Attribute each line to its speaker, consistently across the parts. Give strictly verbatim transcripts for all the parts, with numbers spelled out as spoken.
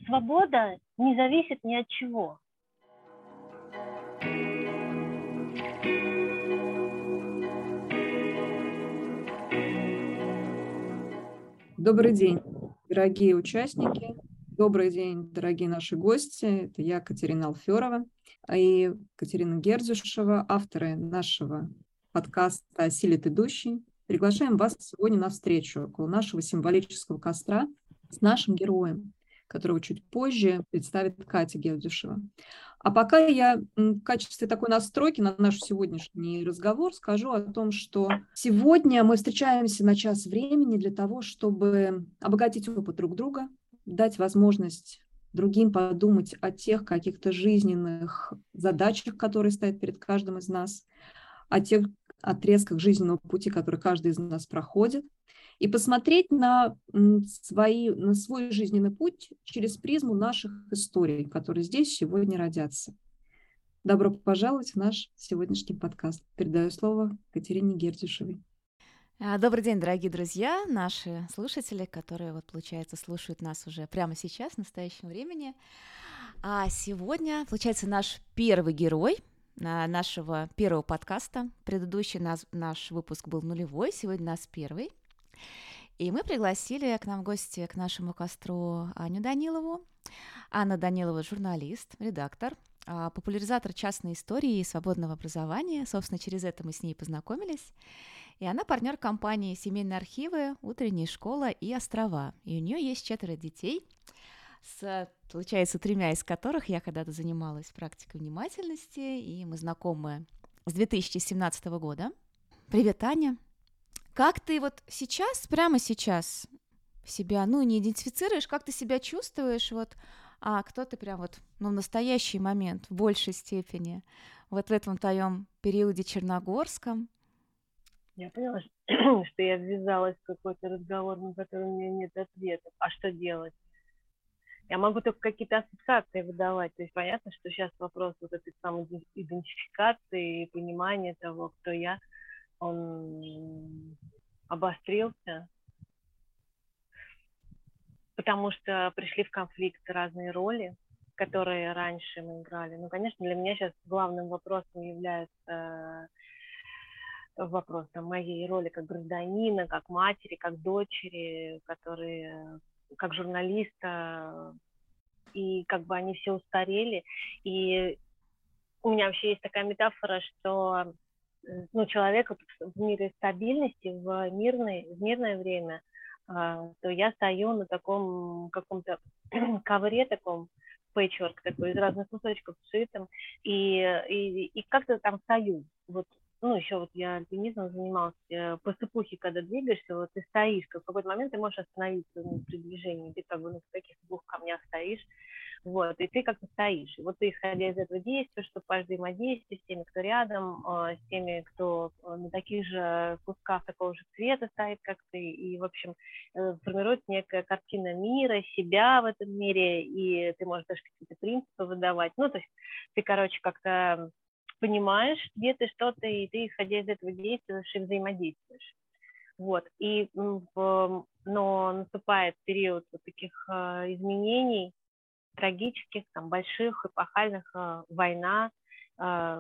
Speaker 1: свобода не зависит ни от чего.
Speaker 2: Добрый день, дорогие участники. Добрый день, дорогие наши гости. Это я, Катерина Алферова и Катерина Гердюшева, авторы нашего подкаста «Осилит идущий». Приглашаем вас сегодня на встречу около нашего символического костра с нашим героем, которого чуть позже представит Катя Гердюшева. А пока я в качестве такой настройки на наш сегодняшний разговор скажу о том, что сегодня мы встречаемся на час времени для того, чтобы обогатить опыт друг друга, дать возможность другим подумать о тех каких-то жизненных задачах, которые стоят перед каждым из нас, о тех отрезках жизненного пути, которые каждый из нас проходит, и посмотреть на, свои, на свой жизненный путь через призму наших историй, которые здесь сегодня родятся. Добро пожаловать в наш сегодняшний подкаст. Передаю слово Катерине Гердюшевой.
Speaker 3: Добрый день, дорогие друзья, наши слушатели, которые, вот, получается, слушают нас уже прямо сейчас, в настоящем времени. А сегодня, получается, наш первый герой нашего первого подкаста. Предыдущий наш, наш выпуск был нулевой, сегодня у нас первый. И мы пригласили к нам в гости, к нашему костру, Аню Данилову. Анна Данилова — журналист, редактор, популяризатор частной истории и свободного образования. Собственно, через это мы с ней познакомились. И она партнер компании «Семейные архивы», «Утренняя школа» и «Острова». И у нее есть четверо детей, с, получается, тремя из которых я когда-то занималась практикой внимательности, и мы знакомы с две тысячи семнадцатого года. Привет, Аня! Как ты вот сейчас, прямо сейчас себя, ну, не идентифицируешь, как ты себя чувствуешь, вот, а кто ты прям вот, ну, в настоящий момент, в большей степени, вот в этом твоем периоде черногорском?
Speaker 1: Я поняла, что я ввязалась в какой-то разговор, на который у меня нет ответа. А что делать? Я могу только какие-то ассоциации выдавать. То есть понятно, что сейчас вопрос вот этой самоидентификации и понимания того, кто я, он обострился, потому что пришли в конфликт разные роли, которые раньше мы играли. Ну, конечно, для меня сейчас главным вопросом является вопрос там, моей роли как гражданина, как матери, как дочери, которые, как журналиста, и как бы они все устарели. И у меня вообще есть такая метафора, что ну, человек в мире стабильности, в, мирной, в мирное время, то я стою на таком каком-то ковре таком, пэтчворк такой, из разных кусочков сшитым, и, и, и как-то там стою. Вот, ну, еще вот я альпинизмом занималась, по сыпухе, когда двигаешься, вот ты стоишь, в какой-то момент ты можешь остановиться ну, при движении, ты как бы на таких двух камнях стоишь, вот, и ты как-то стоишь. И вот ты, исходя из этого, действуешь, что взаимодействие с теми, кто рядом, с теми, кто на таких же кусках такого же цвета стоит, как ты, и, в общем, формируется некая картина мира, себя в этом мире, и ты можешь даже какие-то принципы выдавать. Ну, то есть ты, короче, как-то понимаешь, где ты, что ты, и ты, исходя из этого, действуешь и взаимодействуешь. Вот, и, но наступает период вот таких изменений, трагических, там, больших, эпохальных, э, война, э,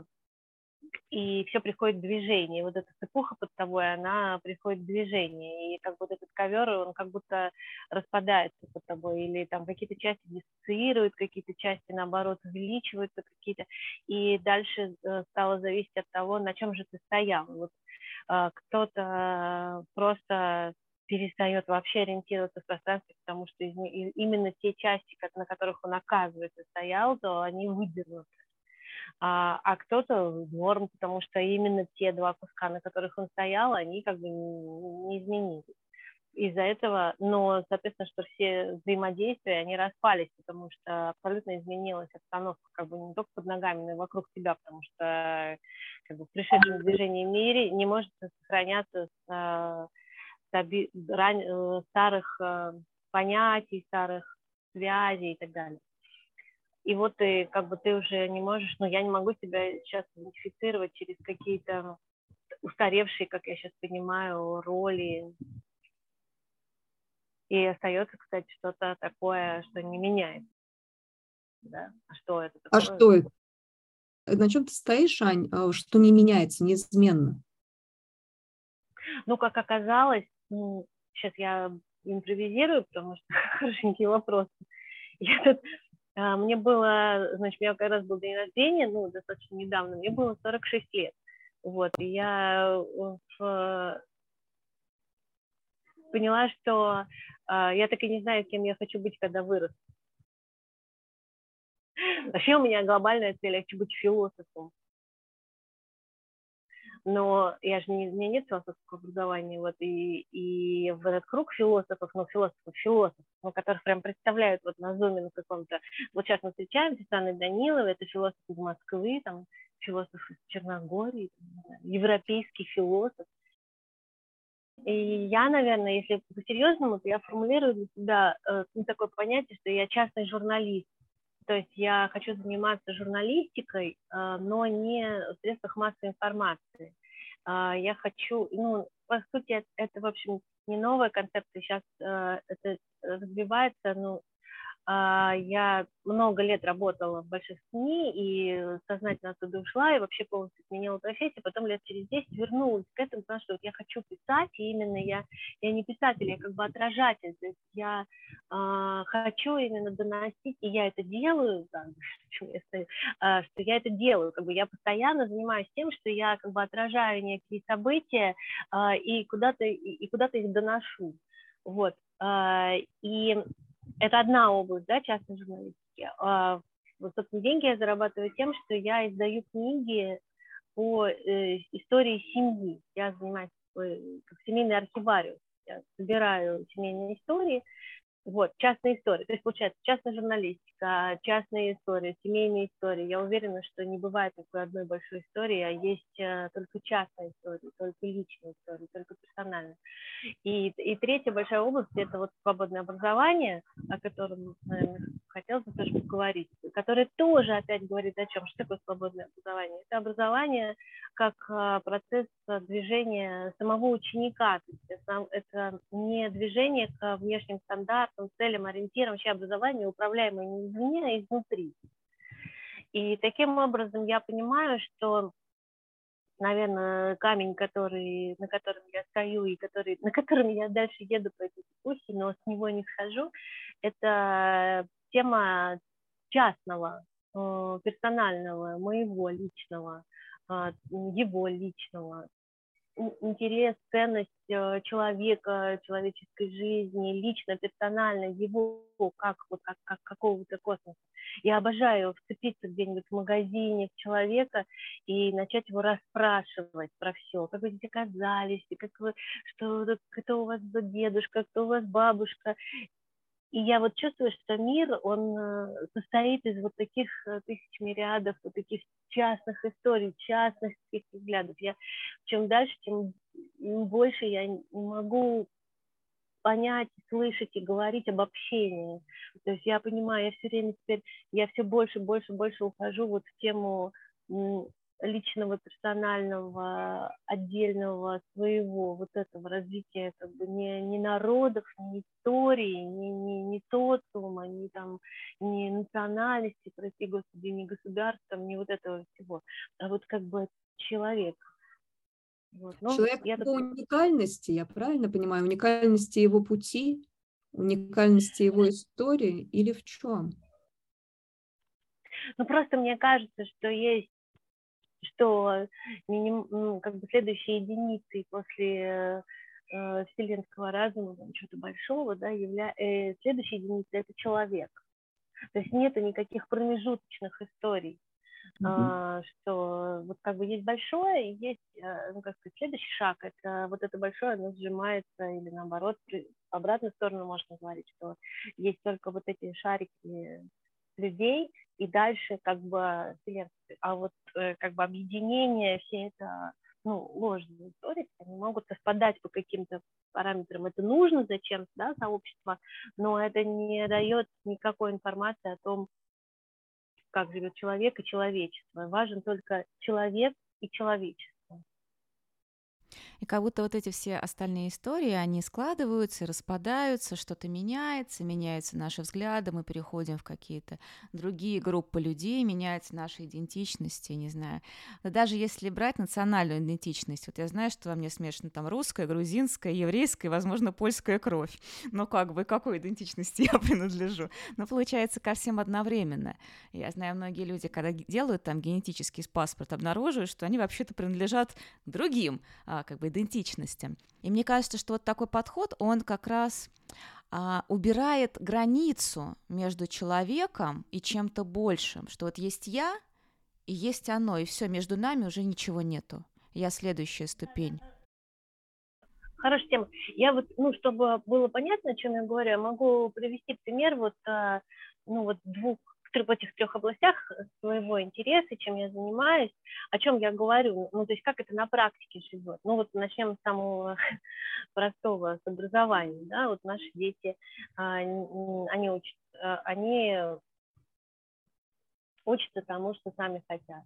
Speaker 1: и все приходит в движение. И вот эта цепуха под тобой, она приходит в движение. И как бы вот этот ковер, он как будто распадается под тобой. Или там какие-то части диссоциируют, какие-то части, наоборот, увеличиваются какие-то. И дальше э, стало зависеть от того, на чем же ты стоял. Вот э, кто-то просто перестает вообще ориентироваться в пространстве, потому что из, именно те части, на которых он, оказывается, стоял, то они выдернуты. А, а кто-то норм, потому что именно те два куска, на которых он стоял, они как бы не, не изменились. Из-за этого, но, соответственно, что все взаимодействия, они распались, потому что абсолютно изменилась обстановка, как бы не только под ногами, но и вокруг тебя, потому что как бы, в пришедшем движении мире не может сохраняться с, с, ран, старых понятий, старых связей и так далее. И вот ты как бы ты уже не можешь, ну я не могу себя сейчас идентифицировать через какие-то устаревшие, как я сейчас понимаю, роли. И остается, кстати, что-то такое, что не меняется. да, а что это
Speaker 2: А
Speaker 1: такое?
Speaker 2: что это? На чем ты стоишь, Ань, а, что не меняется, неизменно?
Speaker 1: Ну, как оказалось, ну, сейчас я импровизирую, потому что хорошенький вопрос. Я тут, а, мне было, значит, у меня как раз был день рождения, ну, достаточно недавно, мне было сорок шесть лет. Вот, и я в, поняла, что а, я так и не знаю, кем я хочу быть, когда вырасту. Вообще у меня глобальная цель, я хочу быть философом. Но я же не, у меня нет философского образования, вот, и, и в этот круг философов, ну, философов, философов, ну, которых прям представляют вот на зуме на каком-то, вот сейчас мы встречаемся с Анной Даниловой, это философ из Москвы, там, философ из Черногории, там, европейский философ. И я, наверное, если по-серьезному, то я формулирую для себя э, ну, такое понятие, что я частный журналист. То есть я хочу заниматься журналистикой, э, но не в средствах массовой информации. Э, я хочу, ну, по сути, это, это, в общем, не новая концепция, сейчас э, это развивается, ну, а, я много лет работала в больших СМИ и сознательно оттуда ушла, и вообще полностью сменила профессию, потом лет через десять вернулась к этому, потому что вот я хочу писать, и именно я, я не писатель, я как бы отражатель, то есть я а, хочу именно доносить, и я это делаю, да, почему я стою, а, что я это делаю, как бы я постоянно занимаюсь тем, что я как бы отражаю некие события а, и куда-то и, и куда-то их доношу, вот, а, и это одна область, да, частной журналистики. А, вот, собственно, деньги я зарабатываю тем, что я издаю книги по э, истории семьи. Я занимаюсь э, как семейный архивариус. Я собираю семейные истории, вот, частные истории. То есть, получается, частная журналистика, частные истории, семейные истории. Я уверена, что не бывает такой одной большой истории, а есть э, только частные истории, только личные истории, только персональные. И, и третья большая область – это вот свободное образование, о котором, наверное, хотелось бы тоже поговорить, которое тоже опять говорит о чем? Что такое свободное образование? Это образование как процесс движения самого ученика. То есть это, это не движение к внешним стандартам, целям, ориентирам, вообще образование, управляемое не извне, а изнутри. И таким образом я понимаю, что, наверное, камень, который, на котором я стою и который, на котором я дальше еду по этой пути, но с него не схожу, это тема частного, персонального, моего личного, его личного. Интерес, ценность человека, человеческой жизни, лично, персонально, его, как, вот, как, как какого-то космоса. Я обожаю вцепиться где-нибудь в магазине в человека и начать его расспрашивать про все. Как вы здесь оказались, как вы, что, кто у вас дедушка, кто у вас бабушка. И я вот чувствую, что мир, он состоит из вот таких тысяч мириадов, вот таких частных историй, частных таких взглядов. Я, чем дальше, тем больше я не могу понять, слышать и говорить об общении. То есть я понимаю, я все время теперь, я все больше, больше, больше ухожу вот в тему личного, персонального, отдельного своего вот этого развития, как бы не, не народов, не истории, не, не, не социума, не там, не национальности, прости господи, не государства, не вот этого всего, а вот как бы человек. Вот. Ну,
Speaker 2: Человек
Speaker 1: я
Speaker 2: его
Speaker 1: тут...
Speaker 2: уникальности, я правильно понимаю, уникальности его пути, уникальности его истории или в чем?
Speaker 1: Ну, просто мне кажется, что есть что ну, как бы следующей единицей после э, вселенского разума, там, чего-то большого, да, явля... э, следующей единицей это человек. То есть нету никаких промежуточных историй, mm-hmm. э, что вот как бы есть большое, и есть, э, ну, как сказать, следующий шаг, это вот это большое, оно сжимается, или наоборот, в обратную сторону можно говорить, что есть только вот эти шарики людей, и дальше как бы вселенная. А вот э, как бы объединение, все это, ну, ложные истории, они могут совпадать по каким-то параметрам. Это нужно зачем-то, да, сообщество, но это не дает никакой информации о том, как живет человек и человечество. Важен только человек и человечество.
Speaker 3: И как будто вот эти все остальные истории, они складываются и распадаются, что-то меняется, меняются наши взгляды, мы переходим в какие-то другие группы людей, меняются наши идентичности, не знаю. Но даже если брать национальную идентичность, вот я знаю, что во мне смешана там русская, грузинская, еврейская, возможно, польская кровь. Но как бы, к какой идентичности я принадлежу? Но получается ко всем одновременно. Я знаю, многие люди, когда делают там генетический паспорт, обнаруживают, что они вообще-то принадлежат другим а, как бы идентичности. И мне кажется, что вот такой подход, он как раз а, убирает границу между человеком и чем-то большим, что вот есть я и есть оно, и все, между нами уже ничего нету. Я следующая ступень.
Speaker 1: Хорошая тема. Я вот, ну, чтобы было понятно, о чем я говорю, я могу привести пример вот, ну, вот двух в этих трех областях своего интереса, чем я занимаюсь, о чем я говорю, ну, то есть как это на практике живет. Ну, вот начнем с самого простого, с образования, да, вот наши дети, они учатся, они учатся тому, что сами хотят.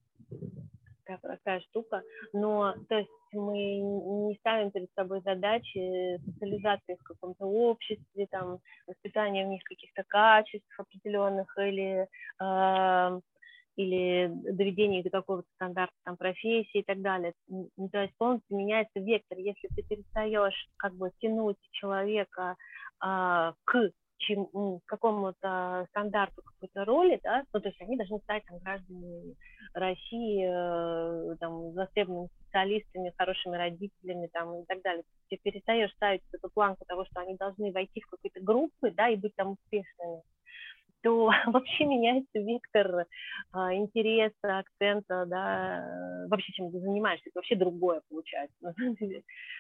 Speaker 1: Такая простая штука, но, то есть, мы не ставим перед собой задачи социализации в каком-то обществе, там, воспитания в них каких-то качеств определенных или, э, или доведения до какого-то стандарта там, профессии и так далее. То есть полностью меняется вектор. Если ты перестаешь как бы тянуть человека э, к чем, к какому-то стандарту, какой-то роли, да, ну, то есть они должны стать там, гражданами России, э, там, востребованными специалистами, хорошими родителями там, и так далее. Ты перестаешь ставить эту планку того, что они должны войти в какие-то группы, да, и быть там успешными, то вообще меняется вектор э, интереса, акцента, да, вообще чем ты занимаешься, это вообще другое получается. На самом деле,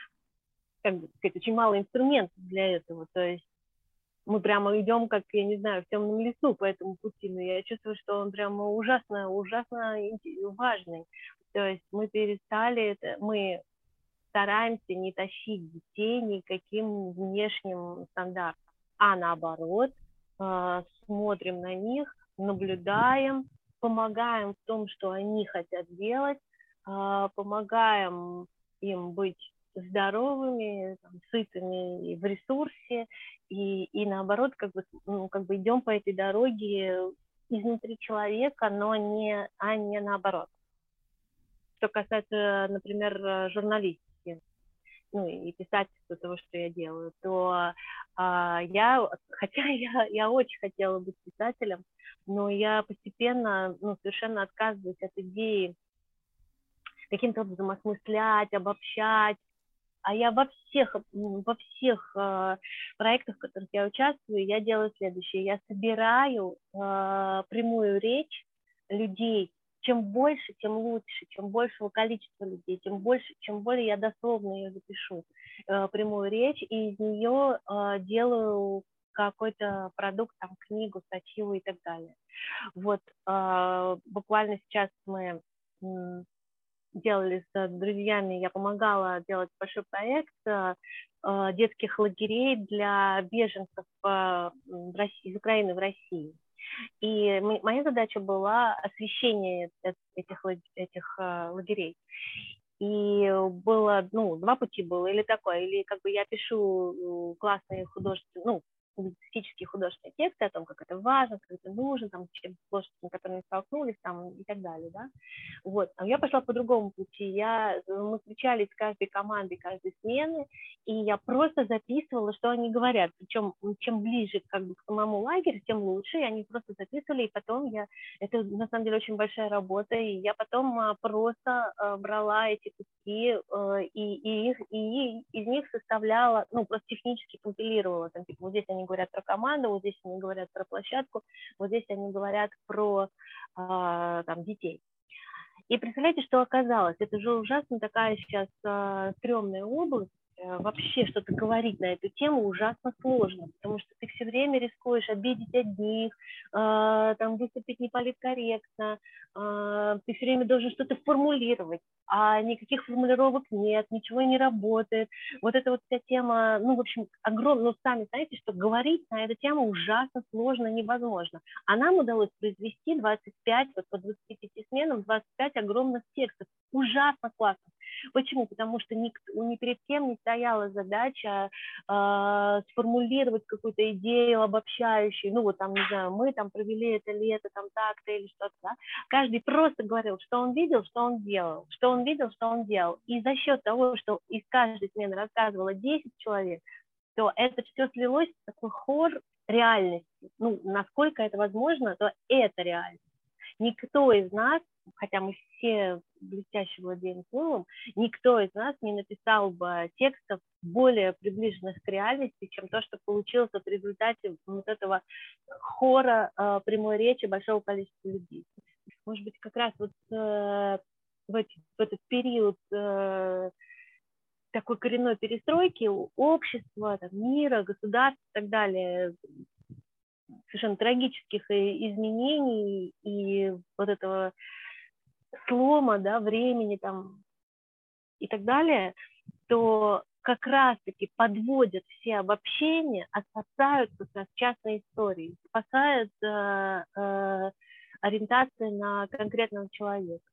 Speaker 1: как бы сказать, очень мало инструментов для этого, то есть мы прямо идем, как, я не знаю, в темном лесу по этому пути, но я чувствую, что он прямо ужасно, ужасно важный. То есть мы перестали, это, мы стараемся не тащить детей никаким внешним стандартам, а наоборот, э, смотрим на них, наблюдаем, помогаем в том, что они хотят делать, э, помогаем им быть здоровыми, там, сытыми и в ресурсе, и, и наоборот, как бы, ну, как бы идем по этой дороге изнутри человека, но не, а не наоборот. Что касается, например, журналистики, ну, и писательства, того, что я делаю, то а, я, хотя я, я очень хотела быть писателем, но я постепенно, ну, совершенно отказываюсь от идеи каким-то образом осмыслять, обобщать. А я во всех, во всех э, проектах, в которых я участвую, я делаю следующее. Я собираю э, прямую речь людей. Чем больше, тем лучше. Чем большего количества людей, тем больше, чем более я дословно ее запишу, э, прямую речь, и из нее э, делаю какой-то продукт, там, книгу, статью и так далее. Вот э, буквально сейчас мы... делали с друзьями, я помогала делать большой проект э, детских лагерей для беженцев э, в России, из Украины в России. И мы, моя задача была освещение этих, этих э, лагерей. И было, ну, два пути было, или такое, или как бы я пишу классные художественные, ну, публицистические художественные тексты о том, как это важно, как это нужно, там, с чем с которыми столкнулись, там, и так далее, да. Вот. А я пошла по другому пути. Я, мы встречались с каждой командой, каждой смены, и я просто записывала, что они говорят. Причем, чем ближе как бы к самому лагерю, тем лучше. И они просто записывали, и потом я... Это, на самом деле, очень большая работа, и я потом просто брала эти куски, и, и, их, и из них составляла, ну, просто технически компилировала. Там, типа, вот здесь они говорят про команду, вот здесь они говорят про площадку, вот здесь они говорят про там, детей. И представляете, что оказалось? Это же ужасно такая сейчас э, стрёмная область. Э, вообще что-то говорить на эту тему ужасно сложно, потому что ты все время рискуешь обидеть одних, э, там, выступить неполиткорректно, э, ты все время должен что-то формулировать, а никаких формулировок нет, ничего не работает. Вот эта вот вся тема, ну, в общем, огромная, ну, сами знаете, что говорить на эту тему ужасно сложно, невозможно. А нам удалось произвести двадцать пять, вот по двадцати пяти сменам, двадцать пять огромных текстов. Ужасно классно. Почему? Потому что ни, ни перед кем не стояла задача э, сформулировать какую-то идею обобщающую. Ну вот там, не знаю, мы там провели это лето, там так-то или что-то. Да? Каждый просто говорил, что он видел, что он делал, что он видел, что он делал. И за счет того, что из каждой смены рассказывало десять человек, то это все слилось в такой хор реальности. Ну, насколько это возможно, то это реальность. Никто из нас, хотя мы все блестяще владеем словом, никто из нас не написал бы текстов более приближенных к реальности, чем то, что получилось в результате вот этого хора э, прямой речи большого количества людей. Может быть, как раз вот э, в, эти, в этот период э, такой коренной перестройки общества, там, мира, государств и так далее, совершенно трагических изменений и вот этого слома, да, времени там и так далее, то как раз-таки подводят все обобщения, ассоциируются с частной историей, спасают э, э, ориентации на конкретного человека.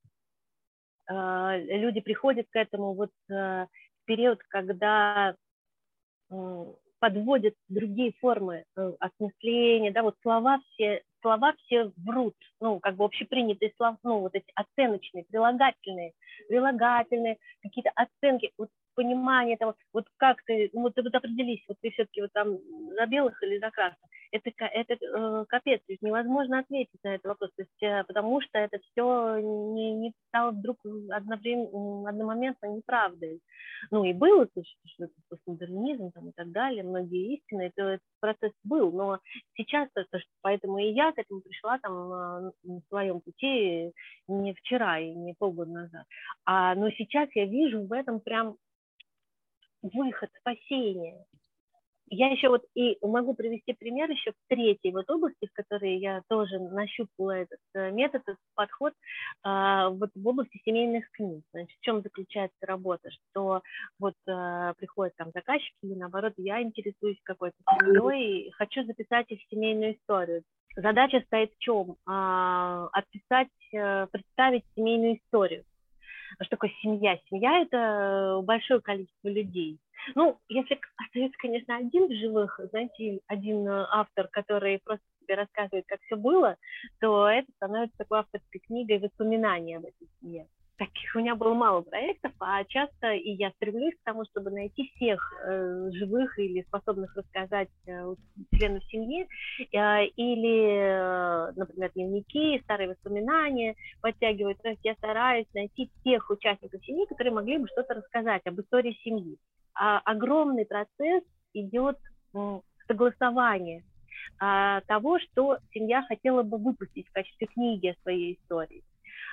Speaker 1: Э, люди приходят к этому вот э, в период, когда э, подводят другие формы э, осмысления, да, вот слова все, слова все врут, ну, как бы общепринятые слова, ну, вот эти оценочные, прилагательные, прилагательные, какие-то оценки, вот понимание того, вот как ты, ну, вот ты вот определись, вот ты все-таки вот там за белых или за красных, это, это э, капец, то есть невозможно ответить на этот вопрос, то есть, э, потому что это все не, не стало вдруг одновременно, одномоментно неправдой. Ну и было, что это постмодернизм там, и так далее, многие истины, это, этот процесс был, но сейчас, это, поэтому и я к этому пришла там на своем пути не вчера и не полгода назад, а, но сейчас я вижу в этом прям выход, спасение. Я еще вот и могу привести пример еще в третьей вот области, в которой я тоже нащупала этот метод, этот подход, а, вот в области семейных книг. Значит, в чем заключается работа? Что вот а, приходят там заказчики, или наоборот, я интересуюсь какой-то семьей и хочу записать их семейную историю. Задача стоит в чем? А, описать, представить семейную историю. Что такое семья? Семья – это большое количество людей. Ну, если остается, конечно, один в живых, знаете, один автор, который просто тебе рассказывает, как все было, то это становится такой авторской книгой воспоминаний об этой семье. Таких у меня было мало проектов, а часто и я стремлюсь к тому, чтобы найти всех э, живых или способных рассказать э, членов семьи, э, или, э, например, дневники, старые воспоминания подтягивать. То есть я стараюсь найти тех участников семьи, которые могли бы что-то рассказать об истории семьи. А огромный процесс идет э, согласования э, того, что семья хотела бы выпустить в качестве книги о своей истории.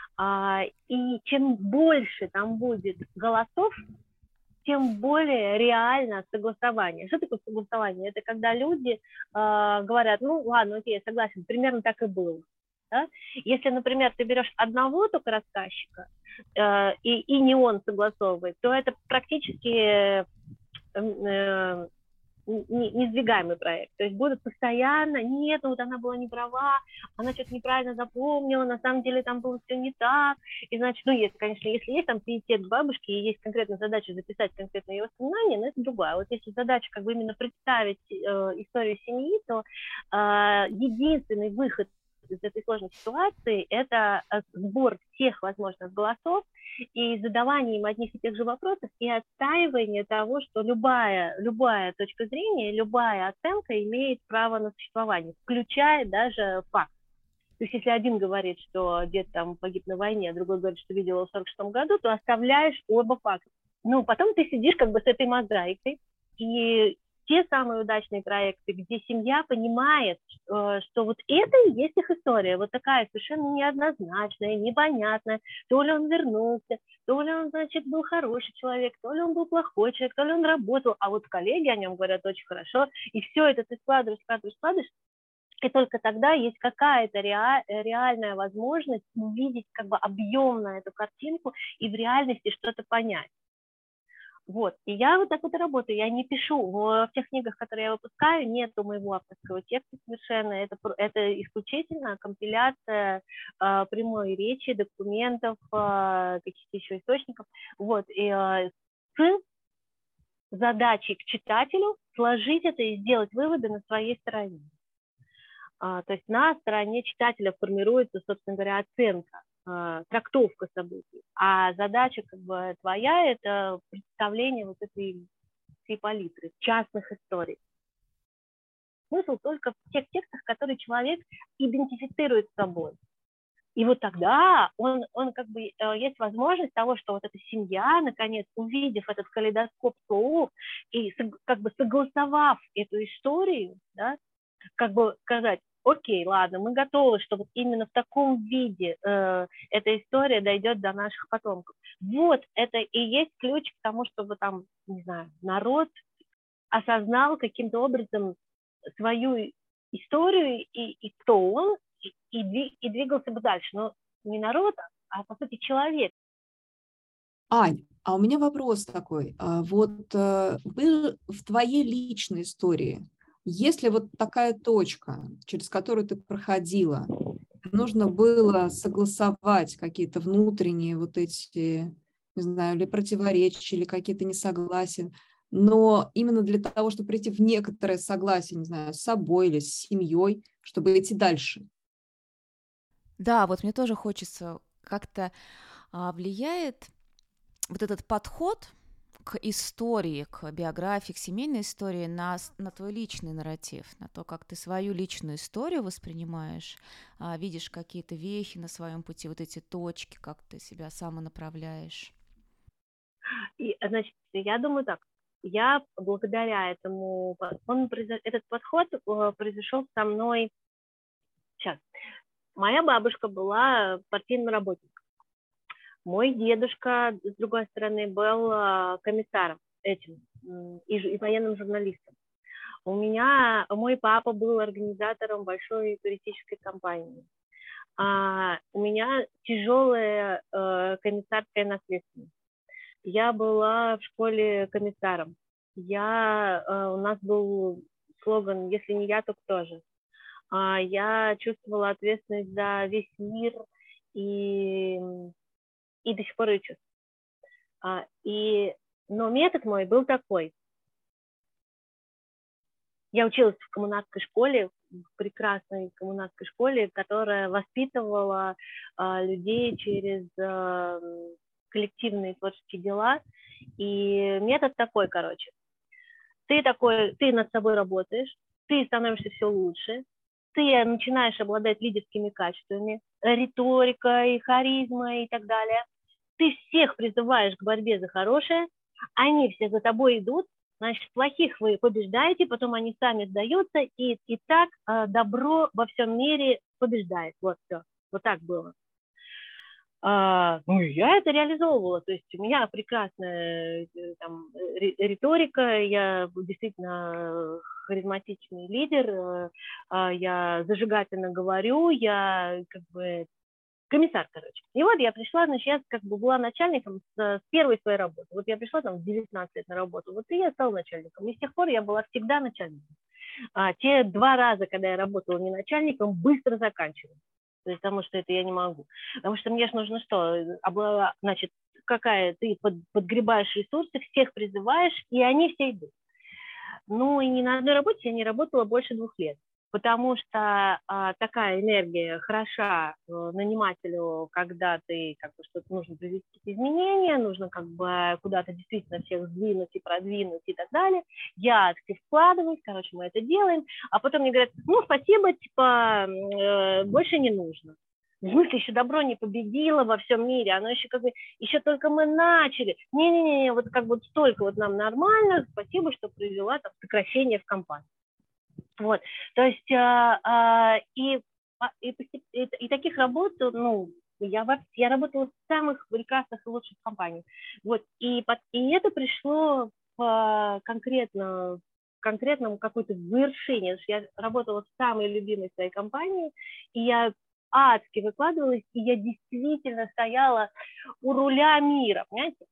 Speaker 1: И чем больше там будет голосов, тем более реально согласование. Что такое согласование? Это когда люди э, говорят, ну ладно, окей, я согласен, примерно так и было. Да? Если, например, ты берешь одного только рассказчика, э, и, и не он согласовывает, то это практически э, э, несдвигаемый проект. То есть будут постоянно, нет, вот она была не права, она что-то неправильно запомнила, на самом деле там было все не так. И значит, ну, если, конечно, если есть там пиетет к бабушке и есть конкретная задача записать конкретно ее воспоминания, но это другое. Вот если задача как бы именно представить э, историю семьи, то э, единственный выход из этой сложной ситуации – это сбор всех возможных голосов и задавание им одних и тех же вопросов, и отстаивание того, что любая, любая точка зрения, любая оценка имеет право на существование, включая даже факт. То есть если один говорит, что дед там погиб на войне, а другой говорит, что видел его в сорок шестом году, то оставляешь оба факта. Ну, потом ты сидишь как бы с этой мозаикой, и те самые удачные проекты, где семья понимает, что вот это и есть их история, вот такая совершенно неоднозначная, непонятная, то ли он вернулся, то ли он, значит, был хороший человек, то ли он был плохой человек, то ли он работал, а вот коллеги о нем говорят очень хорошо, и все это ты складываешь, складываешь, складываешь, и только тогда есть какая-то реаль, реальная возможность увидеть как бы объемно эту картинку и в реальности что-то понять. Вот, и я вот так вот и работаю, я не пишу, в тех книгах, которые я выпускаю, нету моего авторского текста совершенно, это, это исключительно компиляция э, прямой речи, документов, э, каких-то еще источников, вот, и э, с задачей к читателю сложить это и сделать выводы на своей стороне. А, то есть на стороне читателя формируется, собственно говоря, оценка, а, трактовка событий. А задача как бы твоя – это представление вот этой всей палитры, частных историй. Смысл только в тех текстах, которые человек идентифицирует с собой. И вот тогда он, он как бы, есть возможность того, что вот эта семья, наконец, увидев этот калейдоскоп слов и как бы согласовав эту историю, да, как бы сказать: окей, ладно, мы готовы, что вот именно в таком виде э, эта история дойдет до наших потомков. Вот это и есть ключ к тому, чтобы там, не знаю, народ осознал каким-то образом свою историю и, и кто он, и, и, и двигался бы дальше. Но не народ, а, по сути, человек.
Speaker 2: Ань, а у меня вопрос такой. Вот вы в твоей личной истории, если вот такая точка, через которую ты проходила, нужно было согласовать какие-то внутренние вот эти, не знаю, или противоречия, или какие-то несогласия, но именно для того, чтобы прийти в некоторое согласие, не знаю, с собой или с семьей, чтобы идти дальше.
Speaker 3: Да, вот мне тоже хочется, как-то а, влияет вот этот подход к истории, к биографии, к семейной истории на, на твой личный нарратив, на то, как ты свою личную историю воспринимаешь, а, видишь какие-то вехи на своем пути, вот эти точки, как ты себя самонаправляешь.
Speaker 1: И, значит, я думаю так. Я благодаря этому, он, этот подход произошел со мной. Сейчас. Моя бабушка была партийным работником. Мой дедушка, с другой стороны, был комиссаром этим и, и военным журналистом. У меня, мой папа был организатором большой туристической компании. А у меня тяжелая э, комиссарская наследственность. Я была в школе комиссаром. Я, э, у нас был слоган «Если не я, то кто же?». А я чувствовала ответственность за весь мир и, и до сих пор ее чувствую. А, и, но метод мой был такой. Я училась в коммунарской школе, в прекрасной коммунарской школе, которая воспитывала а, людей через а, коллективные творческие дела. И метод такой, короче. Ты такой, ты над собой работаешь, ты становишься все лучше, ты начинаешь обладать лидерскими качествами, риторикой, харизмой и так далее. Ты всех призываешь к борьбе за хорошее, они все за тобой идут, значит, плохих вы побеждаете, потом они сами сдаются, и, и так э, добро во всем мире побеждает. Вот все. Вот так было. А, ну, я это реализовывала, то есть у меня прекрасная там, риторика, я действительно харизматичный лидер, я зажигательно говорю, я как бы комиссар, короче. И вот я пришла, значит, я как бы была начальником с, с первой своей работы. Вот я пришла там в девятнадцать лет на работу, вот и я стала начальником. И с тех пор я была всегда начальником. А, те два раза, когда я работала не начальником, быстро заканчивалась. То есть, потому что это я не могу. Потому что мне же нужно что? Значит, какая ты под, подгребаешь ресурсы, всех призываешь, и они все идут. Ну, и ни на одной работе я не работала больше двух лет. Потому что а, такая энергия хороша а, нанимателю, когда ты как бы что-то нужно привести какие-то изменения, нужно как бы куда-то действительно всех сдвинуть и продвинуть и так далее. Я актив вкладываюсь, короче, мы это делаем, а потом мне говорят, ну, спасибо, типа, э, больше не нужно. В смысле, еще добро не победило во всем мире, оно еще как бы, еще только мы начали. Не-не-не, вот как бы столько вот нам нормально, спасибо, что привела там сокращение в компании. Вот, то есть а, а, и, и, и, и таких работ, ну, я, я работала в самых прекрасных и лучших компаниях. Вот, и, и это пришло в конкретно, конкретному какой-то завершению. Я работала в самой любимой своей компании, и я адски выкладывалась, и я действительно стояла у руля мира, понимаете?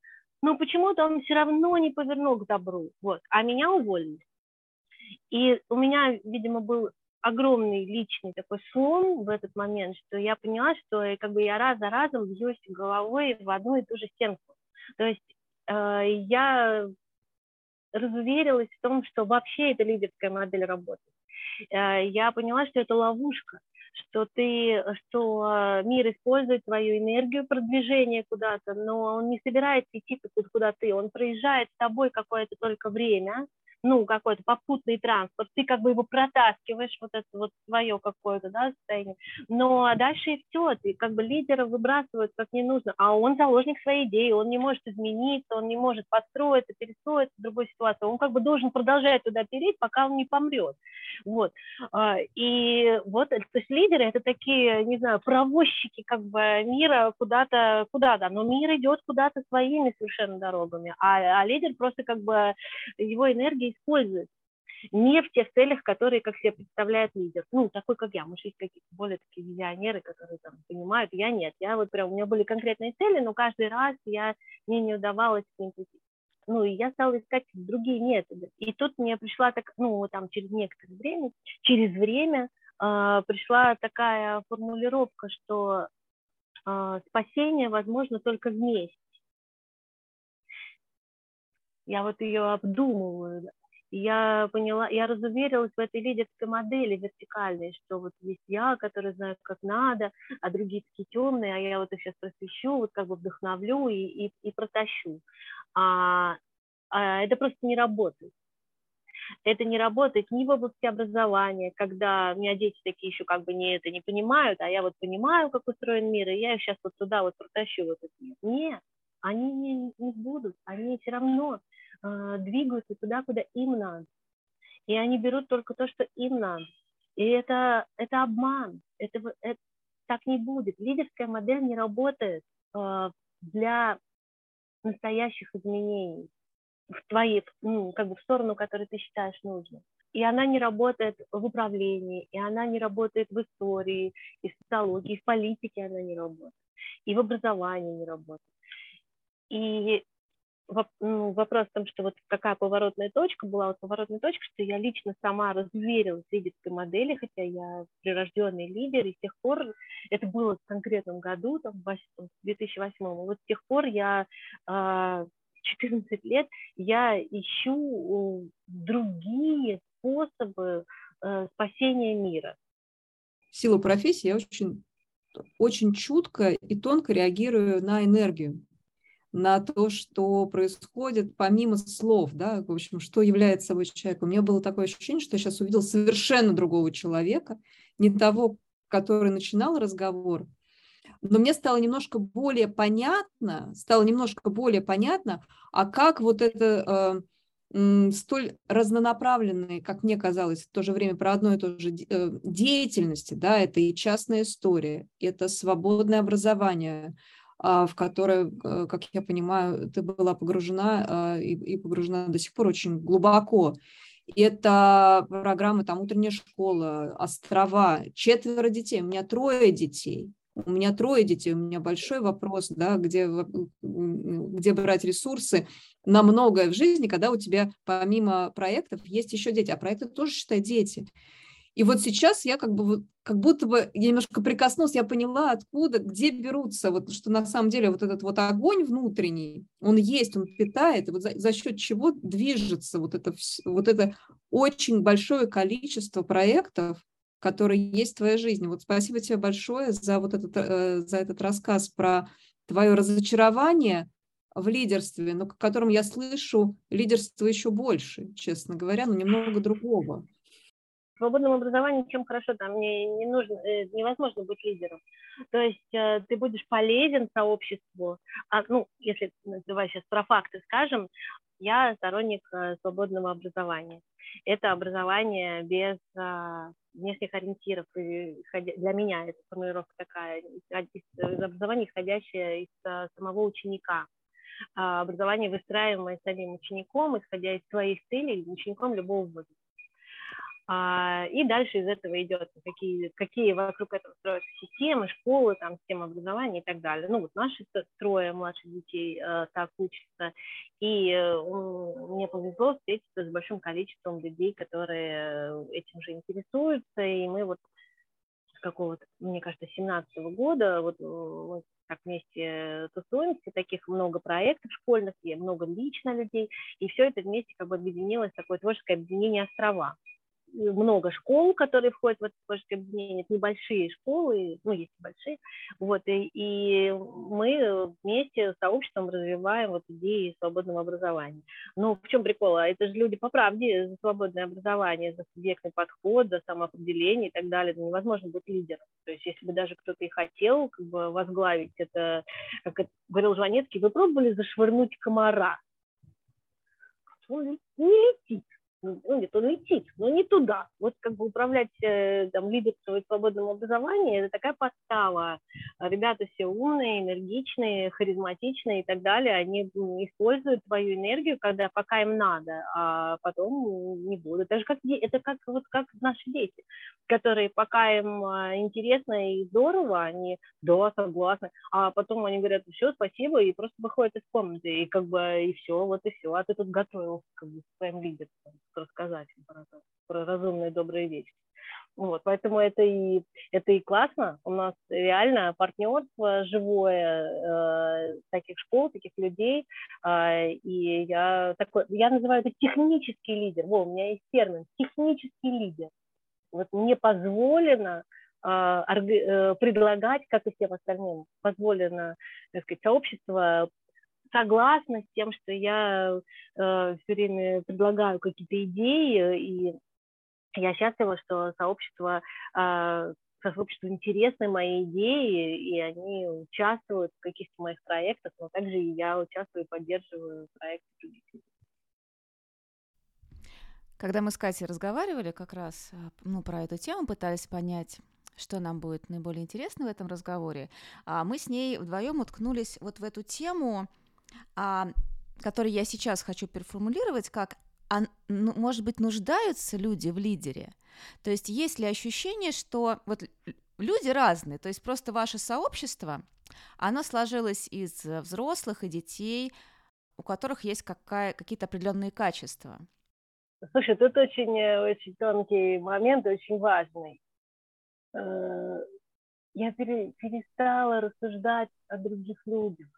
Speaker 1: но почему-то он все равно не повернул к добру, вот, а меня уволили. И у меня, видимо, был огромный личный такой слом в этот момент, что я поняла, что как бы я раз за разом бьюсь головой в одну и ту же стенку. То есть э, я разуверилась в том, что вообще эта лидерская модель работает. Э, я поняла, что это ловушка, что ты, что мир использует твою энергию продвижения куда-то, но он не собирается идти куда ты, он проезжает с тобой какое-то только время, ну, какой-то попутный транспорт, ты как бы его протаскиваешь, вот это вот свое какое-то, да, состояние, но дальше и все, ты как бы лидера выбрасывают как не нужно, а он заложник своей идеи, он не может измениться, он не может подстроиться, перестроиться в другой ситуации, он как бы должен продолжать туда переть, пока он не помрет, вот, и вот, то есть лидеры это такие, не знаю, провозчики как бы мира куда-то, куда-то, но мир идет куда-то своими совершенно дорогами, а, а лидер просто как бы его энергия использует не в тех целях, которые, как себе представляет лидер. Ну, такой, как я. Может, есть какие-то более такие визионеры, которые там понимают. Я нет. Я вот прям, у меня были конкретные цели, но каждый раз я, мне не удавалось к ним прийти. Ну, и я стала искать другие методы. И тут мне пришла так, ну, там, через некоторое время, через время э, пришла такая формулировка, что э, спасение возможно только вместе. Я вот ее обдумываю. Я поняла, я разуверилась в этой лидерской модели вертикальной, что вот есть я, который знает, как надо, а другие такие темные, а я вот их сейчас просвещу, вот как бы вдохновлю и, и, и протащу. А, а это просто не работает. Это не работает ни в области образования, когда у меня дети такие еще как бы не это не понимают, а я вот понимаю, как устроен мир, и я их сейчас вот туда вот протащу в этот мир. Нет, они не, не будут, они все равно э, двигаются туда, куда им надо. И они берут только то, что им надо. И это, это обман, это, это так не будет. Лидерская модель не работает э, для настоящих изменений в твоей, ну, как бы в сторону, которую ты считаешь нужной. И она не работает в управлении, и она не работает в истории, и в социологии, и в политике она не работает, и в образовании не работает. И ну, вопрос в том, что вот какая поворотная точка была, вот поворотная точка, что я лично сама разуверилась в лидерской модели, хотя я прирожденный лидер, и с тех пор, это было в конкретном году, там, в две тысячи восьмом, вот с тех пор я четырнадцать лет я ищу другие способы э, спасения мира.
Speaker 2: В силу профессии я очень, очень чутко и тонко реагирую на энергию, на то, что происходит помимо слов, да, в общем, что является собой человек. У меня было такое ощущение, что я сейчас увидела совершенно другого человека, не того, который начинал разговор, но мне стало немножко более понятно, стало немножко более понятно, а как вот это э, столь разнонаправленные, как мне казалось, в то же время про одно и то же э, деятельности, да, это и частная история, это свободное образование, э, в которое, э, как я понимаю, ты была погружена э, и, и погружена до сих пор очень глубоко. Это программы там «Утренняя школа», «Острова», четверо детей, у меня трое детей. У меня трое детей, у меня большой вопрос, да, где, где брать ресурсы на многое в жизни, когда у тебя помимо проектов есть еще дети, а проекты тоже, считай, дети. И вот сейчас я как бы, как будто бы я немножко прикоснулась, я поняла, откуда, где берутся, вот, что на самом деле вот этот вот огонь внутренний, он есть, он питает, и вот за, за счет чего движется вот это, вот это очень большое количество проектов, которые есть в твоей жизни. Вот спасибо тебе большое за вот этот, за этот рассказ про твое разочарование в лидерстве, но в котором я слышу лидерство еще больше, честно говоря, но немного другого.
Speaker 1: В свободном образовании чем хорошо, там не, не нужно, невозможно быть лидером. То есть э, ты будешь полезен сообществу. А, ну, если давай сейчас про факты скажем, я сторонник э, свободного образования. Это образование без э, внешних ориентиров. И, для меня это формулировка такая, из образования, исходящее из э, самого ученика. А образование, выстраиваемое самим учеником, исходя из своих целей, учеником любого возраста. А, и дальше из этого идет, какие, какие вокруг этого строятся системы, школы, там, система образования и так далее. Ну, вот наши трое младших детей э, так учатся. И э, мне повезло встретиться с большим количеством людей, которые этим же интересуются. И мы вот с какого-то, мне кажется, семнадцатого года вот мы так вместе тусуемся, таких много проектов школьных, и много лично людей. И все это вместе как бы объединилось, такое творческое объединение «Острова». Много школ, которые входят в это творческое объединение, это небольшие школы, ну, есть и большие, вот, и, и мы вместе с сообществом развиваем вот идеи свободного образования. Но в чем прикол? А это же люди по правде за свободное образование, за субъектный подход, за самоопределение и так далее. Это невозможно быть лидером. То есть если бы даже кто-то и хотел как бы возглавить это, как это говорил Жванецкий, вы пробовали зашвырнуть комара? Он не летит. Ну, нет, он летит, но не туда. Вот как бы управлять э, там, лидерством и свободным образованием, это такая подстава. Ребята все умные, энергичные, харизматичные и так далее. Они используют свою энергию, когда пока им надо, а потом не будут. Это же как, это как, вот, как наши дети, которые пока им интересно и здорово, они да, согласны, а потом они говорят, все, спасибо, и просто выходят из комнаты, и как бы и все, вот и все, а ты тут готовился как бы своим лидерством рассказать про, про разумные добрые вещи. Вот, поэтому это и, это и классно. У нас реально партнерство живое э, таких школ, таких людей. Э, и я, такой, я называю это технический лидер. Во, у меня есть термин технический лидер. Вот мне позволено э, э, предлагать, как и всем остальным, позволено, так сказать, сообщество согласна с тем, что я э, все время предлагаю какие-то идеи, и я счастлива, что сообщество, э, сообществу интересны мои идеи, и они участвуют в каких-то моих проектах, но также и я участвую и поддерживаю проекты других людей.
Speaker 3: Когда мы с Катей разговаривали как раз ну, про эту тему, пытались понять, что нам будет наиболее интересно в этом разговоре, мы с ней вдвоем уткнулись вот в эту тему, а, который я сейчас хочу переформулировать, как, а, ну, может быть, нуждаются люди в лидере? То есть есть ли ощущение, что вот люди разные, то есть просто ваше сообщество, оно сложилось из взрослых и детей, у которых есть какая, какие-то определенные качества?
Speaker 1: Слушай, тут очень, очень тонкий момент, очень важный. Я перестала рассуждать о других людях,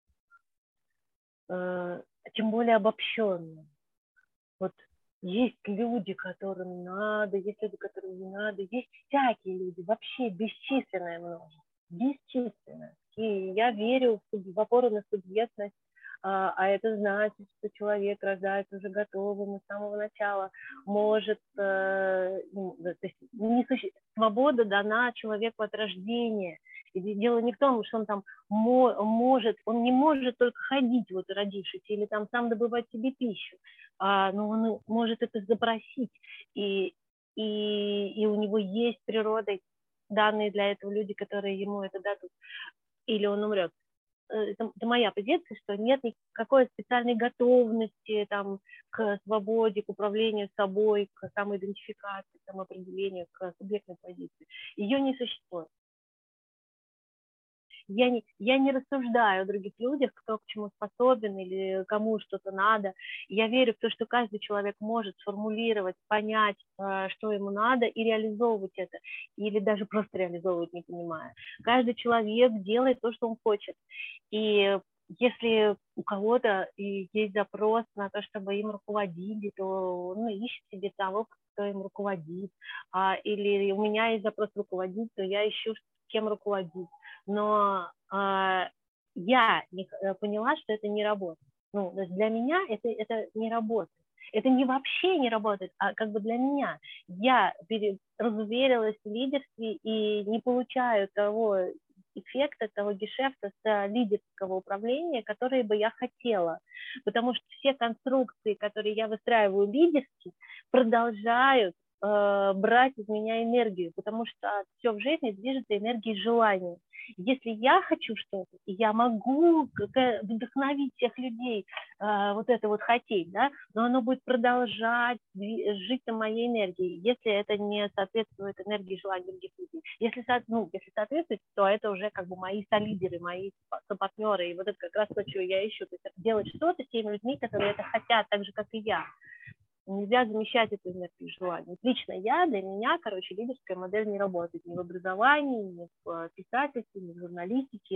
Speaker 1: тем более обобщенно. Вот есть люди, которым надо, есть люди, которым не надо, есть всякие люди, вообще бесчисленное множество, бесчисленное. И я верю в опору на субъектность, а, а это значит, что человек рождается уже готовым и с самого начала может, э, ну, то есть не суще... свобода дана человеку от рождения. И дело не в том, что он там мо- может, он не может только ходить, вот родившись, или там сам добывать себе пищу, а, но он может это запросить, и, и, и у него есть природой данные для этого люди, которые ему это дадут, или он умрет. Это, это моя позиция, что нет никакой специальной готовности там, к свободе, к управлению собой, к самоидентификации, к самоопределению, к субъектной позиции. Ее не существует. Я не, я не рассуждаю о других людях, кто к чему способен или кому что-то надо. Я верю в то, что каждый человек может сформулировать, понять, что ему надо, и реализовывать это. Или даже просто реализовывать, не понимая. Каждый человек делает то, что он хочет. И если у кого-то есть запрос на то, чтобы им руководили, то он ищет себе того, кто им руководит. А, или у меня есть запрос руководить, то я ищу, кем руководить. Но э, я не, поняла, что это не работает. Ну, для меня это, это не работает. Это не вообще не работает, а как бы для меня. Я пере, разуверилась в лидерстве и не получаю того эффекта, того гешефта с лидерского управления, которые бы я хотела. Потому что все конструкции, которые я выстраиваю лидерски, продолжают э, брать из меня энергию, потому что все в жизни движется энергией желания. Если я хочу что-то, и я могу вдохновить всех людей, э, вот это вот хотеть, да, но оно будет продолжать жить на моей энергии, если это не соответствует энергии желания других людей. Если, ну, если соответствует, то это уже как бы мои солидеры, мои сопартнеры, и вот это как раз то, чего я ищу, то есть делать что-то с теми людьми, которые это хотят, так же, как и я. Нельзя замещать эту энергию желания. Лично я, для меня, короче, лидерская модель не работает ни в образовании, ни в писательстве, ни в журналистике,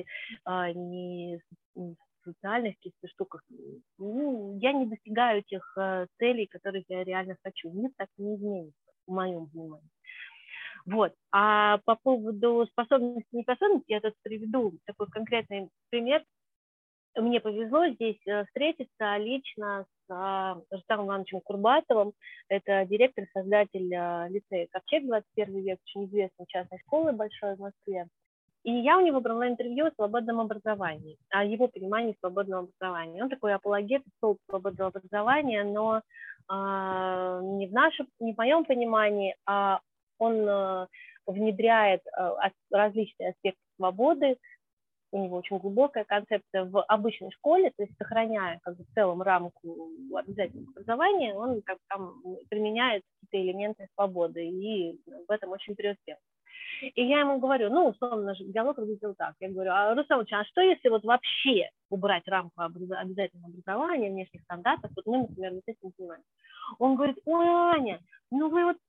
Speaker 1: ни в социальных каких-то штуках. Ну, я не достигаю тех целей, которых я реально хочу. Мир так не изменится, в моем понимании. Вот. А по поводу способности и неспособности, я тут приведу такой конкретный пример. Мне повезло здесь встретиться лично с Рустамом Ивановичем Курбатовым. Это директор и создатель лицея «Ковчег двадцать первый век», очень известной частной школы большой в Москве. И я у него брала интервью о свободном образовании, о его понимании свободного образования. Он такой апологет свободного образования, но а, не, в нашем, не в моем понимании, а он а, внедряет а, различные аспекты свободы. У него очень глубокая концепция в обычной школе, то есть сохраняя как бы в целом рамку обязательного образования, он как, там, применяет какие-то элементы свободы и в этом очень преуспел. И я ему говорю, ну, условно, наш диалог выглядел так. Я говорю, а, Рустам Ильич, а что если вот вообще убрать рамку обязательного образования, внешних стандартов, вот мы, например, вот этим занимаемся. Он говорит, ой, Аня, ну вы вот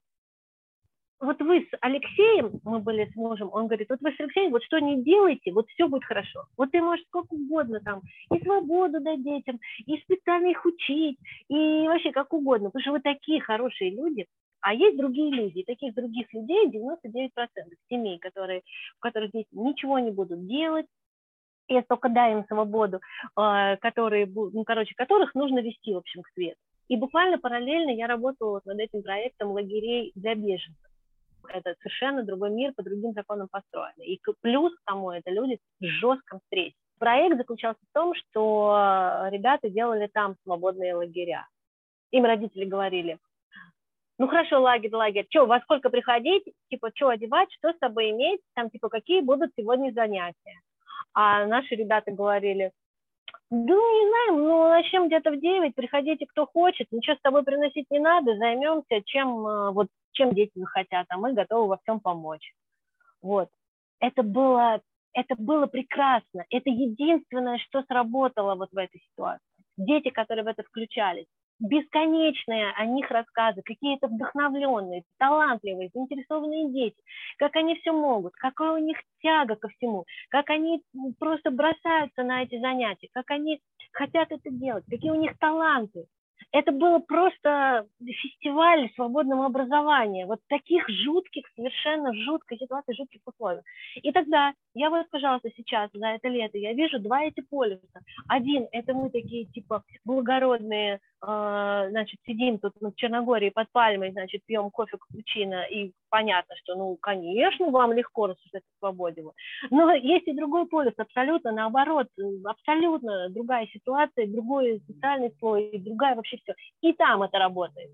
Speaker 1: Вот вы с Алексеем, мы были с мужем, он говорит, вот вы с Алексеем, вот что не делаете, вот все будет хорошо. Вот ты можешь сколько угодно там, и свободу дать детям, и специально их учить, и вообще как угодно, потому что вы такие хорошие люди, а есть другие люди, и таких других людей девяносто девять процентов семей, которые, в которых дети ничего не будут делать, и только дай им свободу, которые, ну, короче, которых нужно вести, в общем, к свету. И буквально параллельно я работала над этим проектом лагерей для беженцев. Это совершенно другой мир, по другим законам построен. И плюс к тому, это люди в жестком стрессе. Проект заключался в том, что ребята делали там свободные лагеря. Им родители говорили, ну хорошо, лагерь, лагерь, что, во сколько приходить, типа, что одевать, что с собой иметь, там, типа, какие будут сегодня занятия. А наши ребята говорили, да, не знаю, ну, начнем где-то в девять, приходите, кто хочет, ничего с тобой приносить не надо, займемся, чем, вот, чем дети захотят, а мы готовы во всем помочь. Вот. Это было, это было прекрасно. Это единственное, что сработало вот в этой ситуации. Дети, которые в это включались, бесконечные о них рассказы, какие-то вдохновленные, талантливые, заинтересованные дети, как они все могут, какая у них тяга ко всему, как они просто бросаются на эти занятия, как они хотят это делать, какие у них таланты. Это было просто фестиваль свободного образования, вот таких жутких, совершенно жуткой ситуации, жутких условий. И тогда я вот, пожалуйста, сейчас за это лето я вижу два эти полюса. Один – это мы такие типа благородные, э, значит, сидим тут в Черногории под пальмой, значит, пьем кофе, капучино, и понятно, что, ну, конечно, вам легко рассуждать о свободе. Но есть и другой полюс, абсолютно наоборот, абсолютно другая ситуация, другой социальный слой, другая вообще все. И там это работает.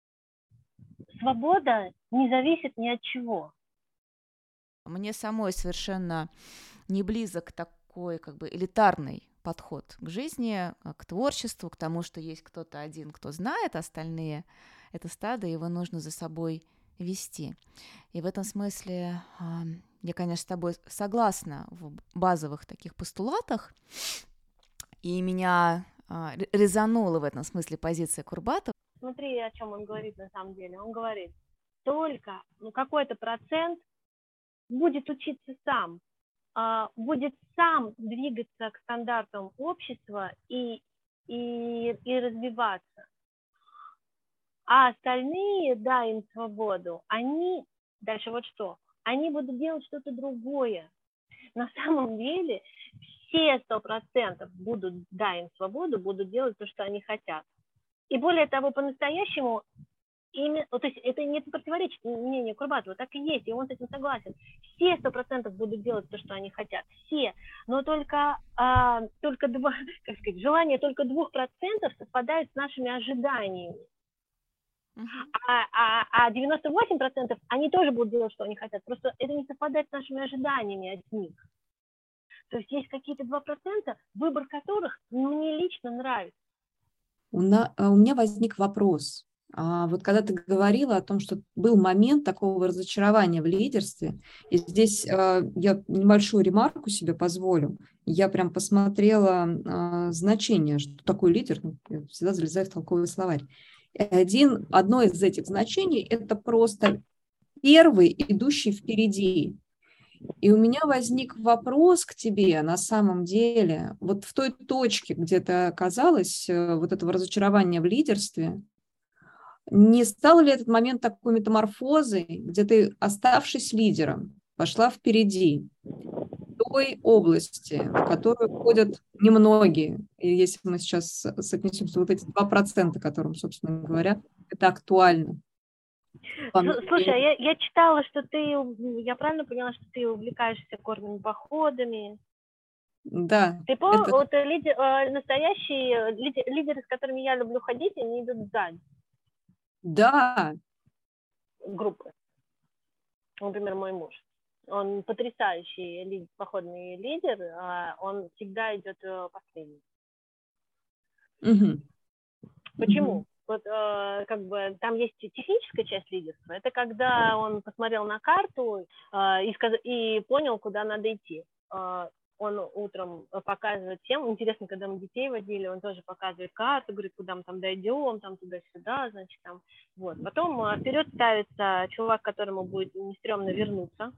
Speaker 1: Свобода не зависит ни от чего.
Speaker 3: Мне самой совершенно не близок такой как бы элитарный подход к жизни, к творчеству, к тому, что есть кто-то один, кто знает, остальные — это стадо, его нужно за собой вести. И в этом смысле я, конечно, с тобой согласна в базовых таких постулатах, и меня резанула в этом смысле позиция Курбатова.
Speaker 1: Смотри, о чем он говорит на самом деле. Он говорит, только ну, какой-то процент будет учиться сам, будет сам двигаться к стандартам общества и, и, и развиваться. А остальные, да, им свободу, они, дальше вот что, они будут делать что-то другое. На самом деле все сто процентов будут, да, им свободу, будут делать то, что они хотят. И более того, по-настоящему, именно, то есть это не противоречит мнению Курбатова, так и есть, и он с этим согласен. Все сто процентов будут делать то, что они хотят, все, но только, а, только два, как сказать, желание только двух процентов совпадает с нашими ожиданиями.
Speaker 3: Мгм.
Speaker 1: А, а, а девяносто восемь процентов они тоже будут делать, что они хотят. Просто это не совпадает с нашими ожиданиями от них. То есть есть какие-то два процента, выбор которых мне лично нравится.
Speaker 2: У, на, а у меня возник вопрос. А вот когда ты говорила о том, что был момент такого разочарования в лидерстве, и здесь а, я небольшую ремарку себе позволю. Я прям посмотрела а, значение, что такое лидер, ну, я всегда залезаю в толковый словарь. И Один, одно из этих значений – это просто первый, идущий впереди. И у меня возник вопрос к тебе на самом деле, вот в той точке, где ты оказалась, э, вот этого разочарования в лидерстве, не стал ли этот момент такой метаморфозой, где ты, оставшись лидером, пошла впереди той области, в которую входят немногие. И если мы сейчас соотнесемся вот эти два процента, которым, собственно говоря, это актуально. По
Speaker 1: С- Слушай, а
Speaker 2: мнению-
Speaker 1: я, я читала, что ты, я правильно поняла, что ты увлекаешься горными походами.
Speaker 2: Да,
Speaker 1: Ты помнишь,
Speaker 2: это
Speaker 1: вот э, лидер, э, настоящие э, лидер- лидеры, с которыми я люблю ходить, они идут сзади
Speaker 2: да.
Speaker 1: группы. Например, мой муж. Он потрясающий ли- походный лидер, а он всегда идет э, последний.
Speaker 2: Мгм.
Speaker 1: Почему?
Speaker 2: Мгм.
Speaker 1: Вот э, как бы там есть и техническая часть лидерства. Это когда он посмотрел на карту э, и, сказ... и понял, куда надо идти. Э, он утром показывает всем. Интересно, когда мы детей водили, он тоже показывает карту, говорит, куда мы там дойдем, там туда-сюда, значит, там. Вот. Потом э, вперед ставится чувак, которому будет не стрёмно вернуться,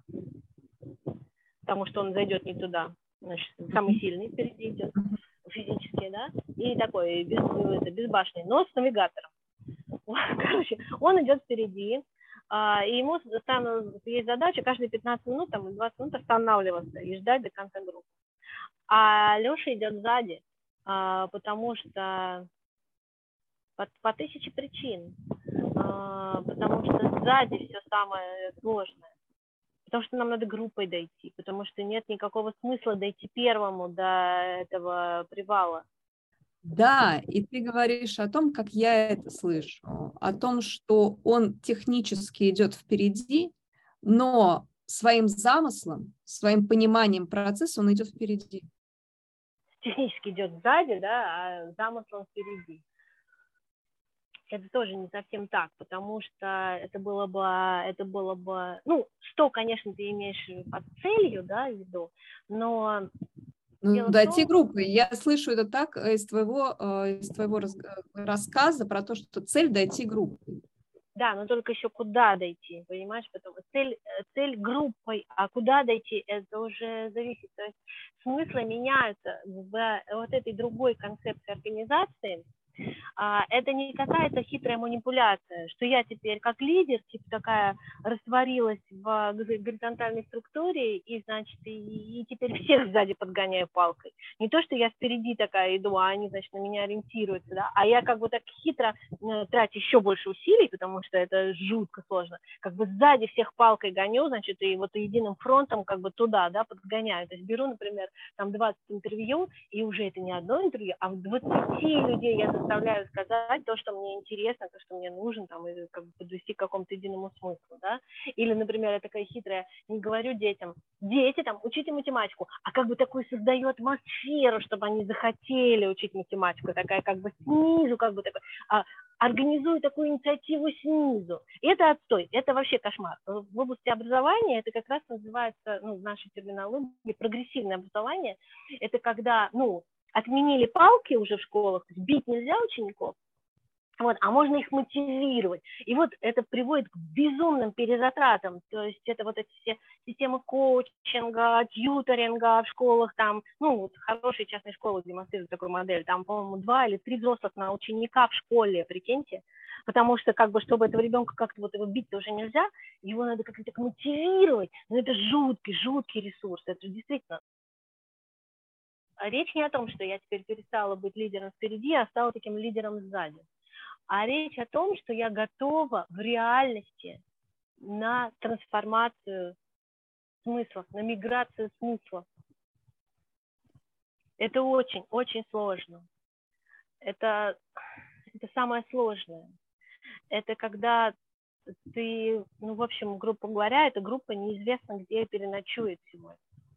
Speaker 1: потому что он зайдет не туда. Значит, самый сильный впереди идет, физически, да, и такой без, это, безбашенный, но с навигатором. Короче, он идет впереди, а, и ему стану, есть задача каждые пятнадцать минут, там, двадцать минут останавливаться и ждать до конца группы. А Леша идет сзади, а, потому что по, по тысяче причин, а, потому что сзади все самое сложное. Потому что нам надо группой дойти, потому что нет никакого смысла дойти первому до этого привала.
Speaker 2: Да, и ты говоришь о том, как я это слышу, о том, что он технически идет впереди, но своим замыслом, своим пониманием процесса он идет впереди.
Speaker 1: Технически идет сзади, да, а замыслом впереди. Это тоже не совсем так, потому что это было бы, это было бы, ну, что, конечно, ты имеешь под целью, да, в виду, но
Speaker 2: Ну,
Speaker 1: дело в
Speaker 2: дойти
Speaker 1: том,
Speaker 2: группой. Я слышу это так э, из твоего, э, из твоего раз- э, рассказа про то, что цель дойти группой.
Speaker 1: да, но только еще куда дойти, понимаешь, потому цель, цель группой, а куда дойти, это уже зависит, то есть смыслы меняются в вот этой другой концепции организации. А, это не какая-то хитрая манипуляция, что я теперь как лидер, типа такая растворилась в горизонтальной структуре, и, значит, и, и теперь всех сзади подгоняю палкой. Не то, что я впереди такая иду, а они, значит, на меня ориентируются, да, а я как бы так хитро э, трачу еще больше усилий, потому что это жутко сложно, как бы сзади всех палкой гоню, значит, и вот единым фронтом как бы туда, да, подгоняю. То есть беру, например, там двадцать интервью, и уже это не одно интервью, а в двадцати людей я заставляю сказать то, что мне интересно, то, что мне нужно, там, и как бы подвести к какому-то единому смыслу, да. Или, например, я такая хитрая, не говорю детям, дети, там, учите математику, а как бы такую создаю атмосферу, чтобы они захотели учить математику, такая как бы снизу, как бы такой, а, организую такую инициативу снизу. И это отстой, это вообще кошмар. В области образования это как раз называется, ну, в нашей терминологии, прогрессивное образование. Это когда, ну, отменили палки уже в школах, бить нельзя учеников, вот, а можно их мотивировать. И вот это приводит к безумным перезатратам. То есть это вот эти все системы коучинга, тьюторинга в школах, там, ну, вот хорошие частные школы демонстрируют такую модель, там, по-моему, два или три взрослых на ученика в школе, прикиньте, потому что, как бы, чтобы этого ребенка как-то вот его бить тоже нельзя, его надо как-то так мотивировать, но это жуткий, жуткий ресурс, это действительно. Речь не о том, что я теперь перестала быть лидером впереди, а стала таким лидером сзади. А речь о том, что я готова в реальности на трансформацию смыслов, на миграцию смыслов. Это очень, очень сложно. Это, это самое сложное. это когда ты, ну, в общем, грубо говоря, эта группа неизвестно, где переночует сегодня.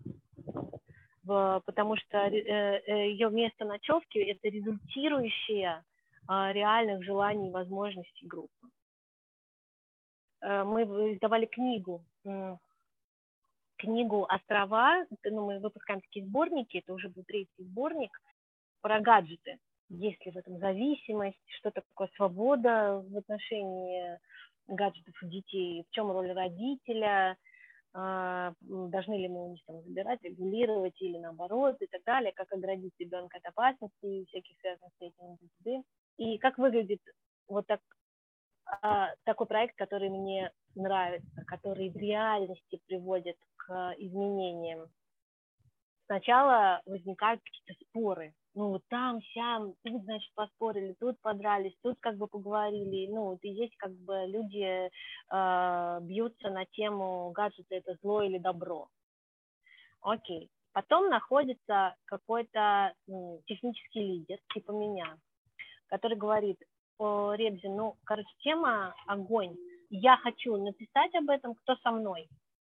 Speaker 1: В, потому что э, э, ее место ночевки – это результирующее э, реальных желаний и возможностей группы. Э, мы издавали книгу, э, книгу «Острова», ну, мы выпускаем такие сборники, это уже был третий сборник, про гаджеты. Есть ли в этом зависимость, что такое свобода в отношении гаджетов у детей, в чем роль родителя, должны ли мы у них там забирать, регулировать или наоборот и так далее, как оградить ребенка от опасности и всяких связанных с этим. И как выглядит вот так, такой проект, который мне нравится, который в реальности приводит к изменениям. Сначала возникают какие-то споры. Ну, вот там, сям, тут, значит, поспорили, тут подрались, тут как бы поговорили. Ну, вот и есть как бы люди э, бьются на тему гаджеты это зло или добро. Окей. Потом находится какой-то ну, технический лидер, типа меня, который говорит: о, Ребзин, ну, короче, тема огонь. Я хочу написать об этом, кто со мной.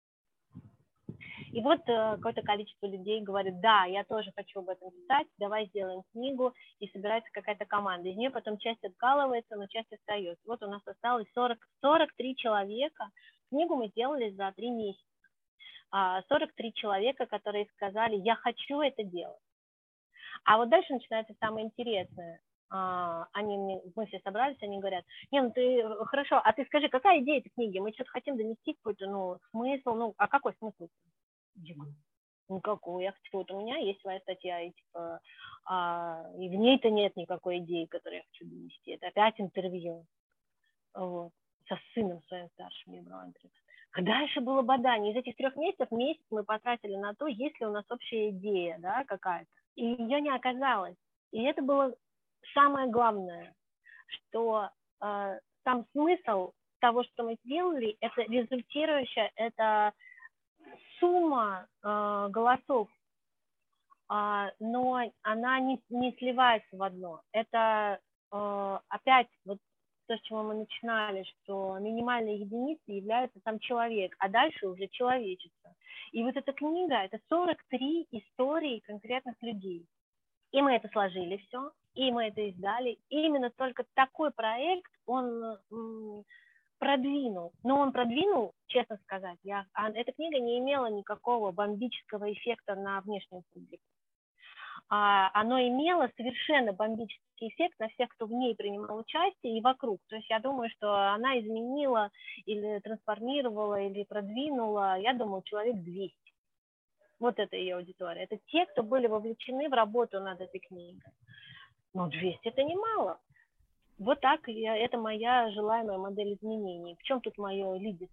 Speaker 1: И вот э, какое-то количество людей говорит: да, я тоже хочу об этом писать, давай сделаем книгу, и собирается какая-то команда. Из нее потом часть откалывается, но часть остается. Вот у нас осталось сорок, сорок три человека. Книгу мы сделали за три месяца. сорок три человека, которые сказали: я хочу это делать. А вот дальше начинается самое интересное. Они, мы все собрались, они говорят: не, ну ты, хорошо, а ты скажи, какая идея этой книги? Мы что-то хотим донести какой-то, ну, смысл, ну, а какой смысл? Я говорю: никакой, я хочу, вот у меня есть своя статья, и, типа, а, и в ней-то нет никакой идеи, которую я хочу донести. Это опять интервью. Вот. Со сыном своим старшим я брала интервью. Дальше было бадание. Из этих трех месяцев месяц мы потратили на то, есть ли у нас общая идея, да, какая-то. И ее не оказалось. И это было самое главное, что э, сам смысл того, что мы сделали, это результирующая, это сумма э, голосов, э, но она не, не сливается в одно. Это э, опять вот то, с чего мы начинали, что минимальной единицей является сам человек, а дальше уже человечество. И вот эта книга – это сорок три истории конкретных людей. И мы это сложили все, и мы это издали. И именно только такой проект, он м, продвинул. Но он продвинул, честно сказать, я, а, эта книга не имела никакого бомбического эффекта на внешнюю публику. А, оно имело совершенно бомбический эффект на всех, кто в ней принимал участие и вокруг. То есть я думаю, что она изменила или трансформировала, или продвинула, я думаю, человек двести. Вот это ее аудитория. Это те, кто были вовлечены в работу над этой книгой. Но двести это немало. Вот так, я, это моя желаемая модель изменений. В чем тут мое лидерство?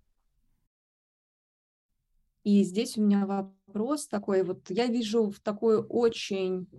Speaker 2: И здесь у меня вопрос такой. Вот я вижу в такой очень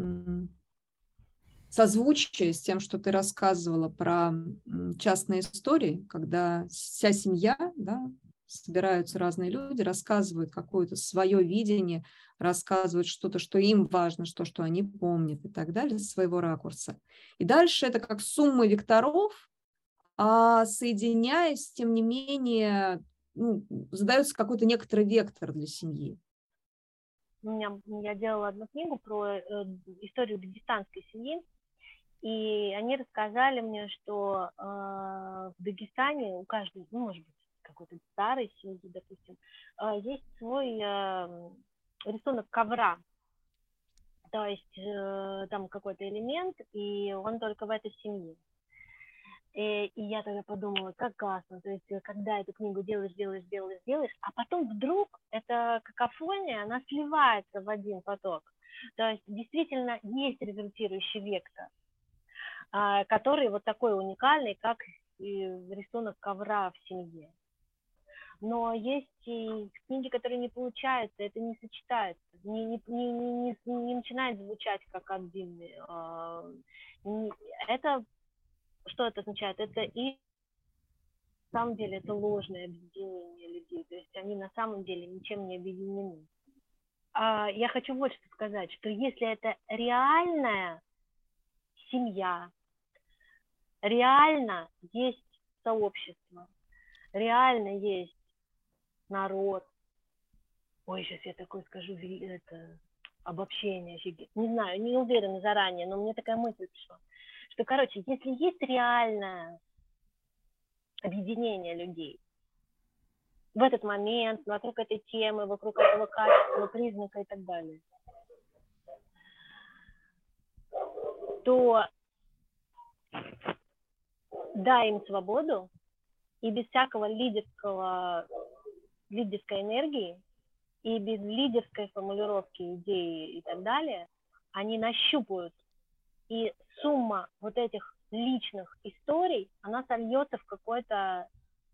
Speaker 2: созвучие с тем, что ты рассказывала про частные истории, когда вся семья, да, собираются разные люди, рассказывают какое-то свое видение, рассказывают что-то, что им важно, что, что они помнят и так далее, с своего ракурса. И дальше это как сумма векторов, а соединяясь, тем не менее, ну, задается какой-то некоторый вектор для семьи.
Speaker 1: У меня, я делала одну книгу про э, историю дагестанской семьи, и они рассказали мне, что э, в Дагестане у каждой, ну, может быть, какой-то старой семьи, допустим, э, есть свой э, рисунок ковра. То есть э, там какой-то элемент, и он только в этой семье. И, и я тогда подумала, как классно, то есть когда эту книгу делаешь, делаешь, делаешь, делаешь, а потом вдруг эта какофония, она сливается в один поток. То есть действительно есть результирующий вектор, э, который вот такой уникальный, как и рисунок ковра в семье. Но есть и книги, которые не получаются, это не сочетается, не, не, не, не, не начинает звучать как один. Это, что это означает? Это и на самом деле это ложное объединение людей, то есть они на самом деле ничем не объединены. Я хочу вот что сказать, что если это реальная семья, реально есть сообщество, реально есть народ. Ой, сейчас я такое скажу, это обобщение, не знаю, не уверена заранее, но мне такая мысль пришла, что, короче, если есть реальное объединение людей в этот момент, вокруг этой темы, вокруг этого качества, признака и так далее, то дай им свободу, и без всякого лидерского, лидерской энергии, и без лидерской формулировки идеи и так далее, они нащупают, и сумма вот этих личных историй, она сольется в какой-то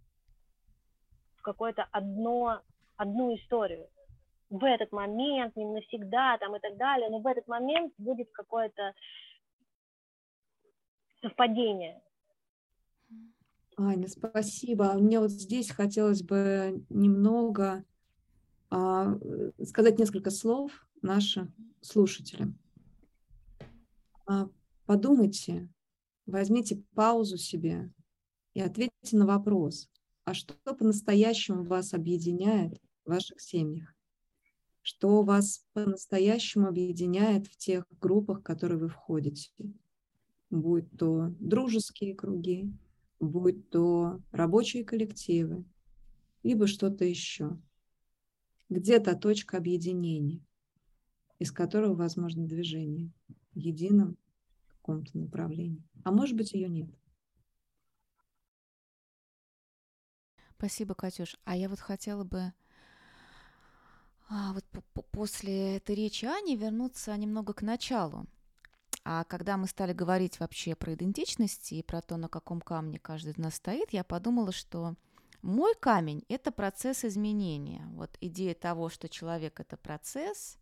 Speaker 1: в какое-то одно, одну историю. В этот момент, не навсегда, там и так далее, но в этот момент будет какое-то совпадение.
Speaker 2: Аня, спасибо. Мне вот здесь хотелось бы немного а, сказать несколько слов нашим слушателям. А, подумайте, возьмите паузу себе и ответьте на вопрос, а что по-настоящему вас объединяет в ваших семьях? Что вас по-настоящему объединяет в тех группах, в которые вы входите? Будь то дружеские круги, будь то рабочие коллективы, либо что-то еще. Где та точка объединения, из которого возможно движение в едином каком-то направлении. А может быть, ее нет.
Speaker 3: Спасибо, Катюш. А я вот хотела бы а, вот после этой речи Ани вернуться немного к началу. А когда мы стали говорить вообще про идентичность и про то, на каком камне каждый из нас стоит, я подумала, что мой камень – это процесс изменения. Вот идея того, что человек – это процесс.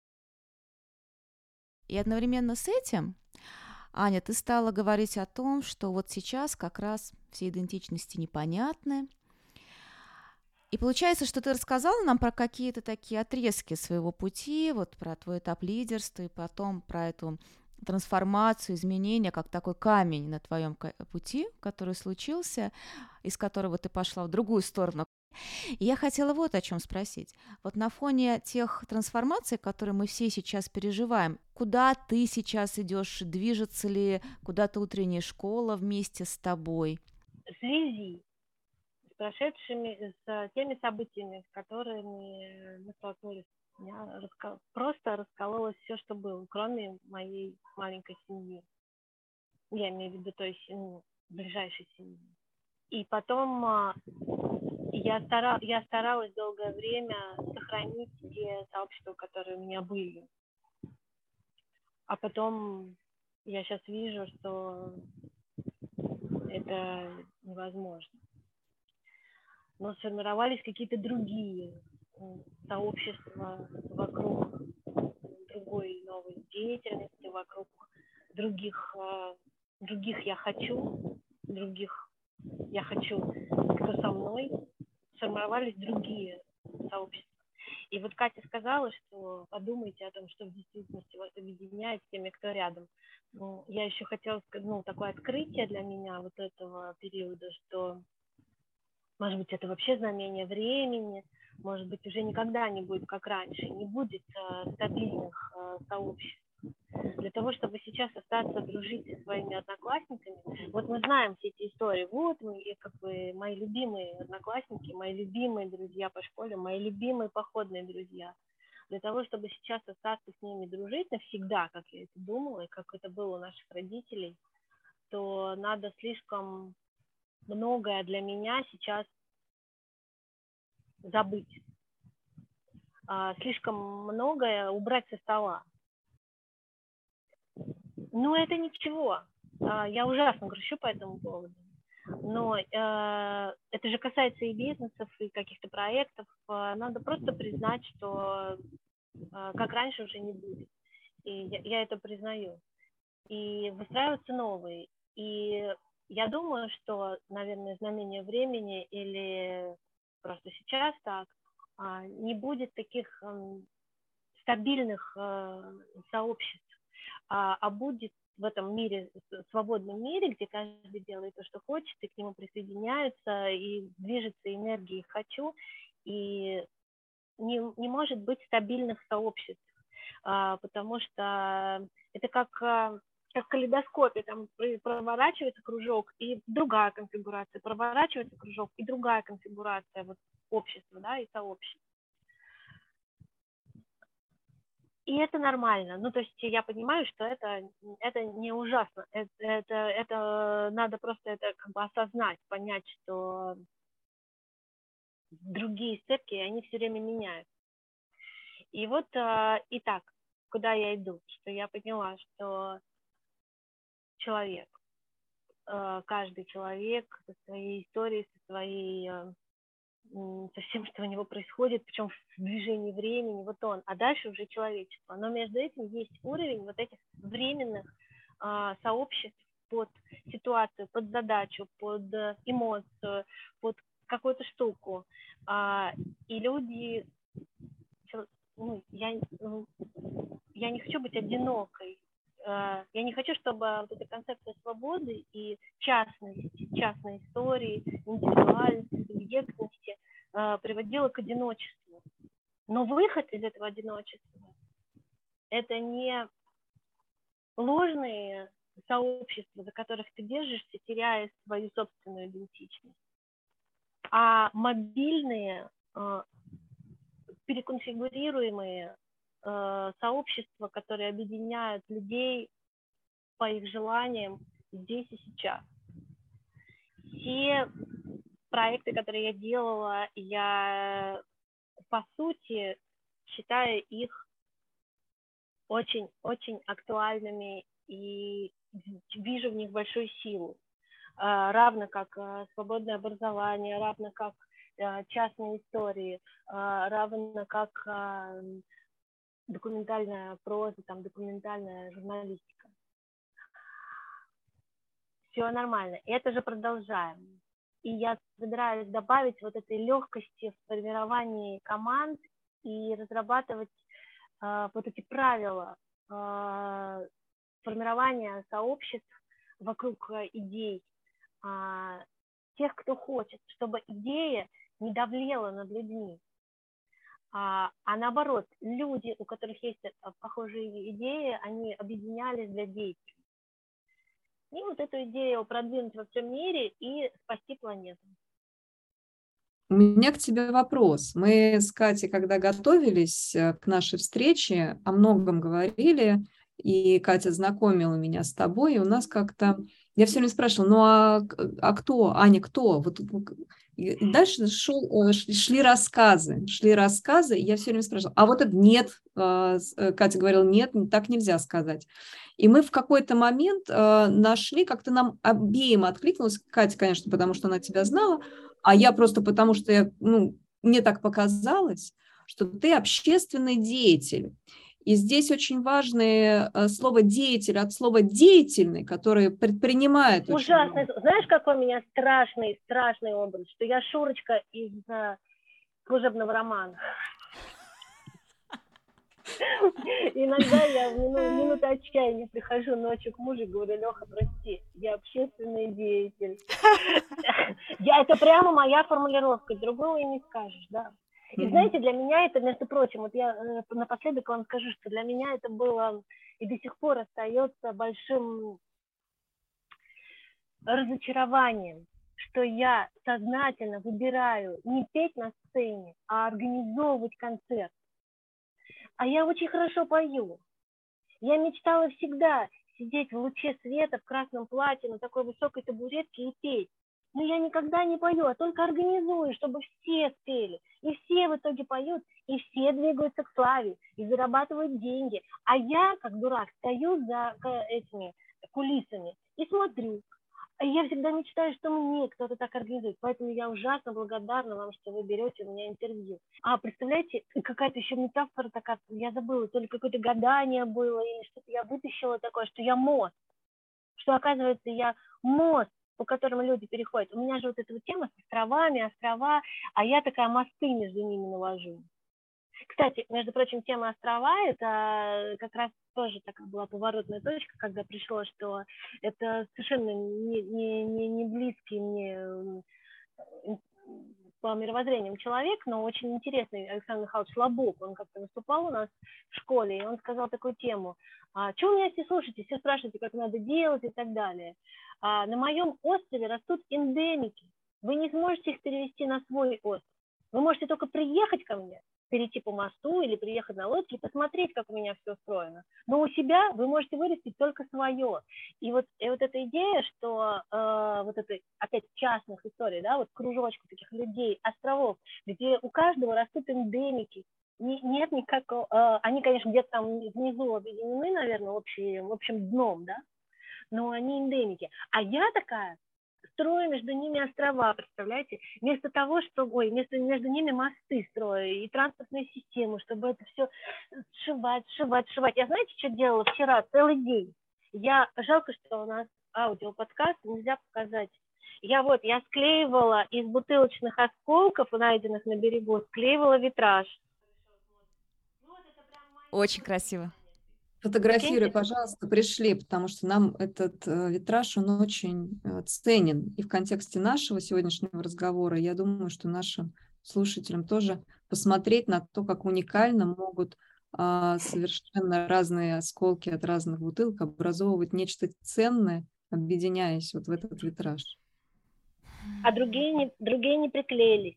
Speaker 3: И одновременно с этим, Аня, ты стала говорить о том, что вот сейчас как раз все идентичности непонятны. И получается, что ты рассказала нам про какие-то такие отрезки своего пути, вот про твой этап лидерства, и потом про эту трансформацию, изменения, как такой камень на твоем пути, который случился, из которого ты пошла в другую сторону. И я хотела вот о чем спросить. Вот на фоне тех трансформаций, которые мы все сейчас переживаем, куда ты сейчас идешь, движется ли куда-то утренняя школа вместе с тобой?
Speaker 1: В связи с прошедшими, с теми событиями, с которыми мы столкнулись, у меня раска... просто раскололось все, что было, кроме моей маленькой семьи. Я имею в виду той семьи, ближайшей семьи. И потом я, стара... я старалась долгое время сохранить те сообщества, которые у меня были. А потом я сейчас вижу, что это невозможно. Но сформировались какие-то другие сообщества вокруг другой новой деятельности, вокруг других, других я хочу, других я хочу, кто со мной, сформировались другие сообщества. И вот Катя сказала, что подумайте о том, что в действительности вас объединяет с теми, кто рядом. Ну, я еще хотела сказать, ну, такое открытие для меня вот этого периода, что, может быть, это вообще знамение времени, может быть, уже никогда не будет, как раньше, не будет э, стабильных э, сообществ. Для того, чтобы сейчас остаться дружить со своими одноклассниками, вот мы знаем все эти истории, вот мы, как бы, мои любимые одноклассники, мои любимые друзья по школе, мои любимые походные друзья. Для того, чтобы сейчас остаться с ними дружить навсегда, как я это думала, и как это было у наших родителей, то надо слишком многое для меня сейчас забыть. А, слишком многое убрать со стола. Ну, это ничего. А, я ужасно грущу по этому поводу. Но э, это же касается и бизнесов, и каких-то проектов. Надо просто признать, что э, как раньше уже не будет. И я, я это признаю. И выстраиваются новые. И я думаю, что, наверное, знамение времени или просто сейчас так, э, не будет таких э, стабильных э, сообществ, а, а будет в этом мире, свободном мире, где каждый делает то, что хочет, и к нему присоединяются, и движется энергией «хочу», и не, не может быть стабильных сообществ, а, потому что это как, как в калейдоскопе, там проворачивается кружок, и другая конфигурация, проворачивается кружок, и другая конфигурация вот, общества, да, и сообщества. И это нормально. Ну, то есть я понимаю, что это, это не ужасно. Это, это, это надо просто это как бы осознать, понять, что другие сцепки, они все время меняют. И вот, и так, куда я иду, что я поняла, что человек, каждый человек со своей историей, со своей... со всем, что у него происходит, причем в движении времени, вот он, а дальше уже человечество. Но между этим есть уровень вот этих временных э, сообществ под ситуацию, под задачу, под эмоцию, под какую-то штуку. Э, и люди, ну, я, ну, я не хочу быть одинокой. Э, я не хочу, чтобы вот эта концепция свободы и частности, частной истории, индивидуальности, субъектности приводила к одиночеству. Но выход из этого одиночества – это не ложные сообщества, за которых ты держишься, теряя свою собственную идентичность, а мобильные, переконфигурируемые сообщества, которые объединяют людей по их желаниям здесь и сейчас. Все проекты, которые я делала, я, по сути, считаю их очень-очень актуальными и вижу в них большую силу. Равно как свободное образование, равно как частные истории, равно как документальная проза, там, документальная журналистика. Все нормально. И это же продолжаем. И я собираюсь добавить вот этой легкости в формировании команд и разрабатывать э, вот эти правила э, формирования сообществ вокруг идей э, тех, кто хочет, чтобы идея не давлела над людьми. А, а наоборот, люди, у которых есть похожие идеи, они объединялись для деятельности. И вот эту идею продвинуть во всем мире и спасти планету.
Speaker 2: У меня к тебе вопрос. Мы с Катей, когда готовились к нашей встрече, о многом говорили, и Катя знакомила меня с тобой, и у нас как-то... Я все время спрашивала, ну а, а кто? Аня, кто? Вот, и дальше шел, шли рассказы, шли рассказы, и я все время спрашивала, а вот это нет, Катя говорила, нет, так нельзя сказать. И мы в какой-то момент нашли, как-то нам обеим откликнулось, Катя, конечно, потому что она тебя знала, а я просто потому, что я, ну, мне так показалось, что ты общественный деятель. И здесь очень важное слово «деятель» от слова «деятельный», который предпринимает.
Speaker 1: Ужасно. Очень... Знаешь, какой у меня страшный, страшный образ? Что я Шурочка из uh, служебного романа. Иногда я в минуту отчаяния прихожу ночью к мужу и говорю: Леха, прости, я общественный деятель. Я, это прямо моя формулировка, другого и не скажешь, да. И знаете, для меня это, между прочим, вот я напоследок вам скажу, что для меня это было и до сих пор остается большим разочарованием, что я сознательно выбираю не петь на сцене, а организовывать концерт. А я очень хорошо пою. Я мечтала всегда сидеть в луче света, в красном платье, на такой высокой табуретке и петь. Но я никогда не пою, а только организую, чтобы все спели. И все в итоге поют, и все двигаются к славе, и зарабатывают деньги. А я, как дурак, стою за этими кулисами и смотрю. А я всегда мечтаю, что мне кто-то так организует. Поэтому я ужасно благодарна вам, что вы берете у меня интервью. А, представляете, какая-то еще метафора такая, я забыла, то ли какое-то гадание было, или что-то я вытащила такое, что я мост. Что, оказывается, я мост, по которому люди переходят. У меня же вот эта вот тема с островами, острова, а я такая мосты между ними навожу. Кстати, между прочим, тема острова – это как раз тоже такая была поворотная точка, когда пришло, что это совершенно не, не, не, не близкий мне по мировоззрениям человек, но очень интересный Александр Михайлович Лобок. Он как-то выступал у нас в школе, и он сказал такую тему: а, что вы меня все слушаете, все спрашиваете, как надо делать и так далее. А, на моем острове растут эндемики. Вы не сможете их перевести на свой остров. Вы можете только приехать ко мне, перейти по мосту или приехать на лодке и посмотреть, как у меня все устроено. Но у себя вы можете вырастить только свое. И вот, и вот эта идея, что э, вот это опять частных историй, да, вот кружочку таких людей, островов, где у каждого растут эндемики, не, нет никакого, э, они, конечно, где-то там внизу объединены, наверное, общим, общим дном, да, но они эндемики. А я такая строю между ними острова, представляете? Вместо того, чтобы, ой, вместо между ними мосты строю и транспортную систему, чтобы это все сшивать, сшивать, сшивать. Я знаете, что делала вчера целый день? Я, жалко, что у нас аудиоподкаст, нельзя показать. Я вот, я склеивала из бутылочных осколков, найденных на берегу, склеивала витраж.
Speaker 3: Очень красиво.
Speaker 2: Фотографируй, пожалуйста, пришли, потому что нам этот э, витраж, он очень э, ценен. И в контексте нашего сегодняшнего разговора, я думаю, что нашим слушателям тоже посмотреть на то, как уникально могут э, совершенно разные осколки от разных бутылок образовывать нечто ценное, объединяясь вот в этот витраж.
Speaker 1: А другие не, другие не приклеились.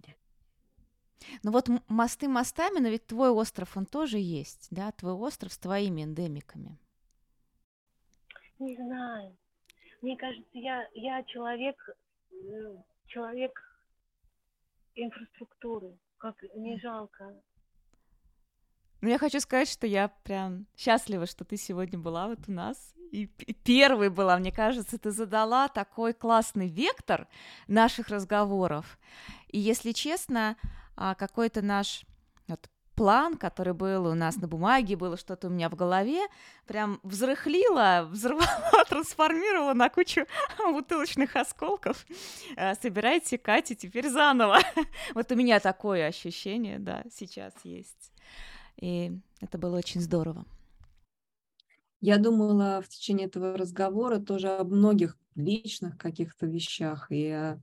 Speaker 3: Ну вот мосты мостами, но ведь твой остров, он тоже есть, да? Твой остров с твоими эндемиками.
Speaker 1: Не знаю. Мне кажется, я, я человек, человек инфраструктуры. Как не жалко.
Speaker 3: Ну, я хочу сказать, что я прям счастлива, что ты сегодня была вот у нас. И первой была, мне кажется, ты задала такой классный вектор наших разговоров. И, если честно, какой-то наш вот план, который был у нас на бумаге, было что-то у меня в голове, прям взрыхлило, взорвало, трансформировало на кучу бутылочных осколков. Собирайте, Катя, теперь заново. Вот у меня такое ощущение, да, сейчас есть. И это было очень здорово.
Speaker 2: Я думала в течение этого разговора тоже о многих личных каких-то вещах, и о,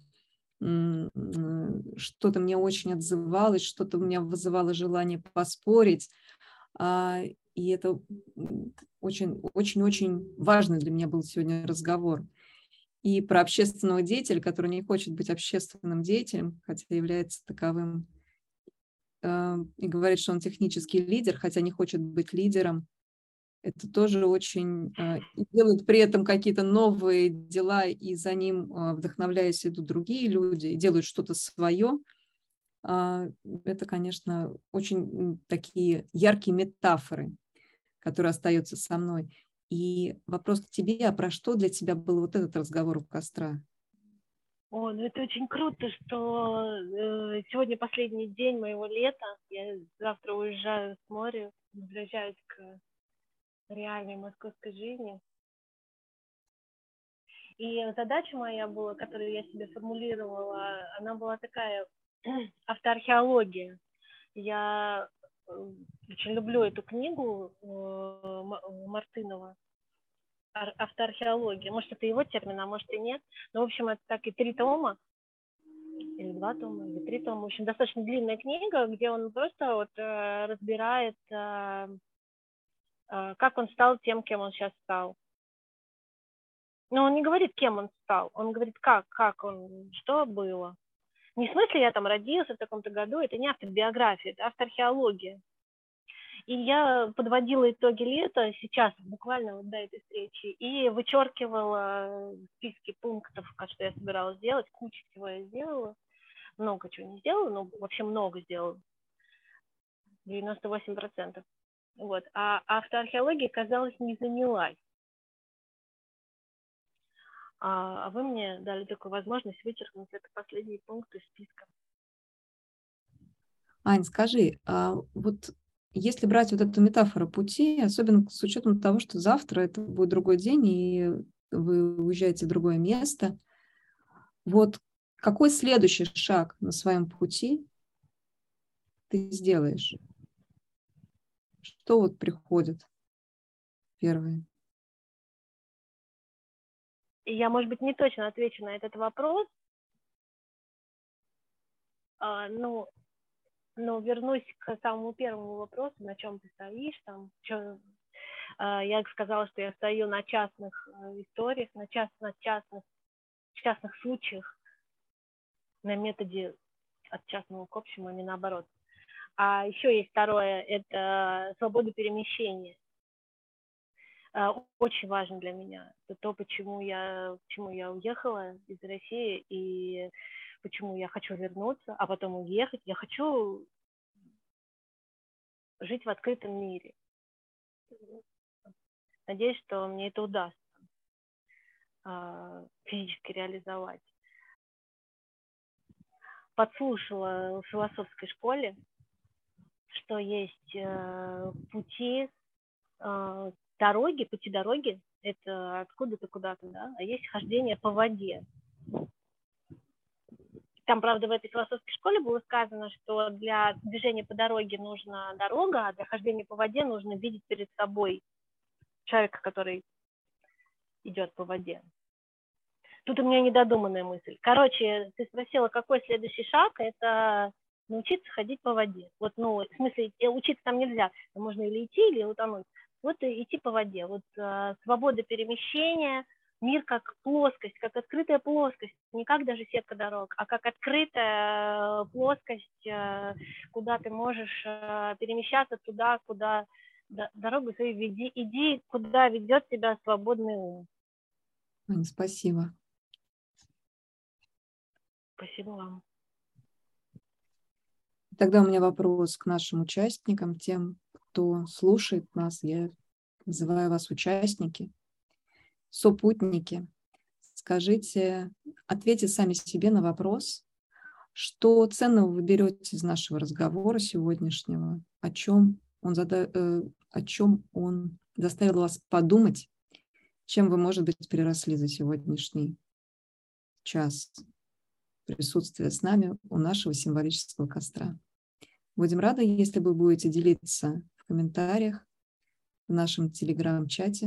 Speaker 2: что-то мне очень отзывалось, что-то у меня вызывало желание поспорить, и это очень-очень-очень важный для меня был сегодня разговор. И про общественного деятеля, который не хочет быть общественным деятелем, хотя является таковым, и говорит, что он технический лидер, хотя не хочет быть лидером. Это тоже очень... И делают при этом какие-то новые дела, и за ним, вдохновляясь, идут другие люди, и делают что-то свое. Это, конечно, очень такие яркие метафоры, которые остаются со мной. И вопрос к тебе, а про что для тебя был вот этот разговор у костра?
Speaker 1: О, ну это очень круто, что э, сегодня последний день моего лета. Я завтра уезжаю с моря, возвращаюсь к реальной московской жизни. И задача моя была, которую я себе формулировала, она была такая: автоархеология. Я очень люблю эту книгу Мартынова «Автоархеология». Может, это его термин, а может и нет. Но, в общем, это так и три тома, или два тома, или три тома. В общем, достаточно длинная книга, где он просто вот э, разбирает, э, э, как он стал тем, кем он сейчас стал. Но он не говорит, кем он стал, он говорит, как, как он, что было. Не в смысле, я там родился в таком-то году, это не автобиография, это автоархеология. И я подводила итоги лета сейчас, буквально вот до этой встречи, и вычеркивала списки пунктов, что я собиралась сделать, кучу всего я сделала. Много чего не сделала, но вообще много сделала. девяносто восемь процентов. Вот. А автоархеология, казалось, не занялась. А вы мне дали такую возможность вычеркнуть это последний пункт из списка.
Speaker 2: Ань, скажи, а вот если брать вот эту метафору пути, особенно с учетом того, что завтра это будет другой день, и вы уезжаете в другое место, вот какой следующий шаг на своем пути ты сделаешь? Что вот приходит первое?
Speaker 1: Я, может быть, не точно отвечу на этот вопрос. А, ну, но вернусь к самому первому вопросу, на чем ты стоишь. Там, чё, а, я сказала, что я стою на частных а, историях, на, част, на частных, частных случаях, на методе от частного к общему, а не наоборот. А еще есть второе, это свобода перемещения. Очень важно для меня. Это то, почему я, почему я уехала из России и почему я хочу вернуться, а потом уехать. Я хочу жить в открытом мире. Надеюсь, что мне это удастся физически реализовать. Подслушала в философской школе, что есть пути, дороги, пути дороги, это откуда-то куда-то, да, а есть хождение по воде. Там, правда, в этой философской школе было сказано, что для движения по дороге нужна дорога, а для хождения по воде нужно видеть перед собой человека, который идет по воде. Тут у меня недодуманная мысль. Короче, ты спросила, какой следующий шаг? Это научиться ходить по воде. Вот, ну, в смысле, учиться там нельзя. Можно или идти, или утонуть. Вот и идти по воде. Вот э, свобода перемещения, мир как плоскость, как открытая плоскость. Не как даже сетка дорог, а как открытая плоскость, э, куда ты можешь э, перемещаться туда, куда дорогу свою веди. Иди, куда ведет тебя свободный ум.
Speaker 2: Аня, спасибо.
Speaker 1: Спасибо вам.
Speaker 2: Тогда у меня вопрос к нашим участникам, тем, кто слушает нас. Я называю вас участники, сопутники. Скажите, ответьте сами себе на вопрос, что ценного вы берете из нашего разговора сегодняшнего, о чем он, зада... о чем он заставил вас подумать, чем вы, может быть, переросли за сегодняшний час присутствия с нами у нашего символического костра. Будем рады, если вы будете делиться в комментариях в нашем телеграм-чате.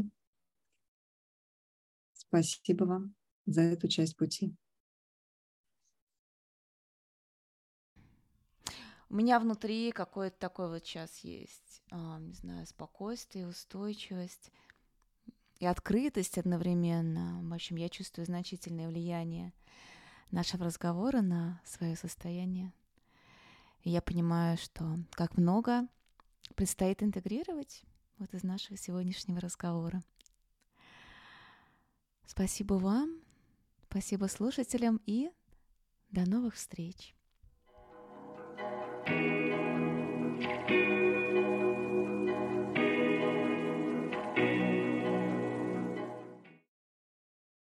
Speaker 2: Спасибо вам за эту часть пути.
Speaker 3: У меня внутри какой-то такой вот сейчас есть, не знаю, спокойствие, устойчивость и открытость одновременно. В общем, я чувствую значительное влияние нашего разговора на свое состояние. И я понимаю, что как много предстоит интегрировать вот из нашего сегодняшнего разговора. Спасибо вам, спасибо слушателям и до новых встреч. thank you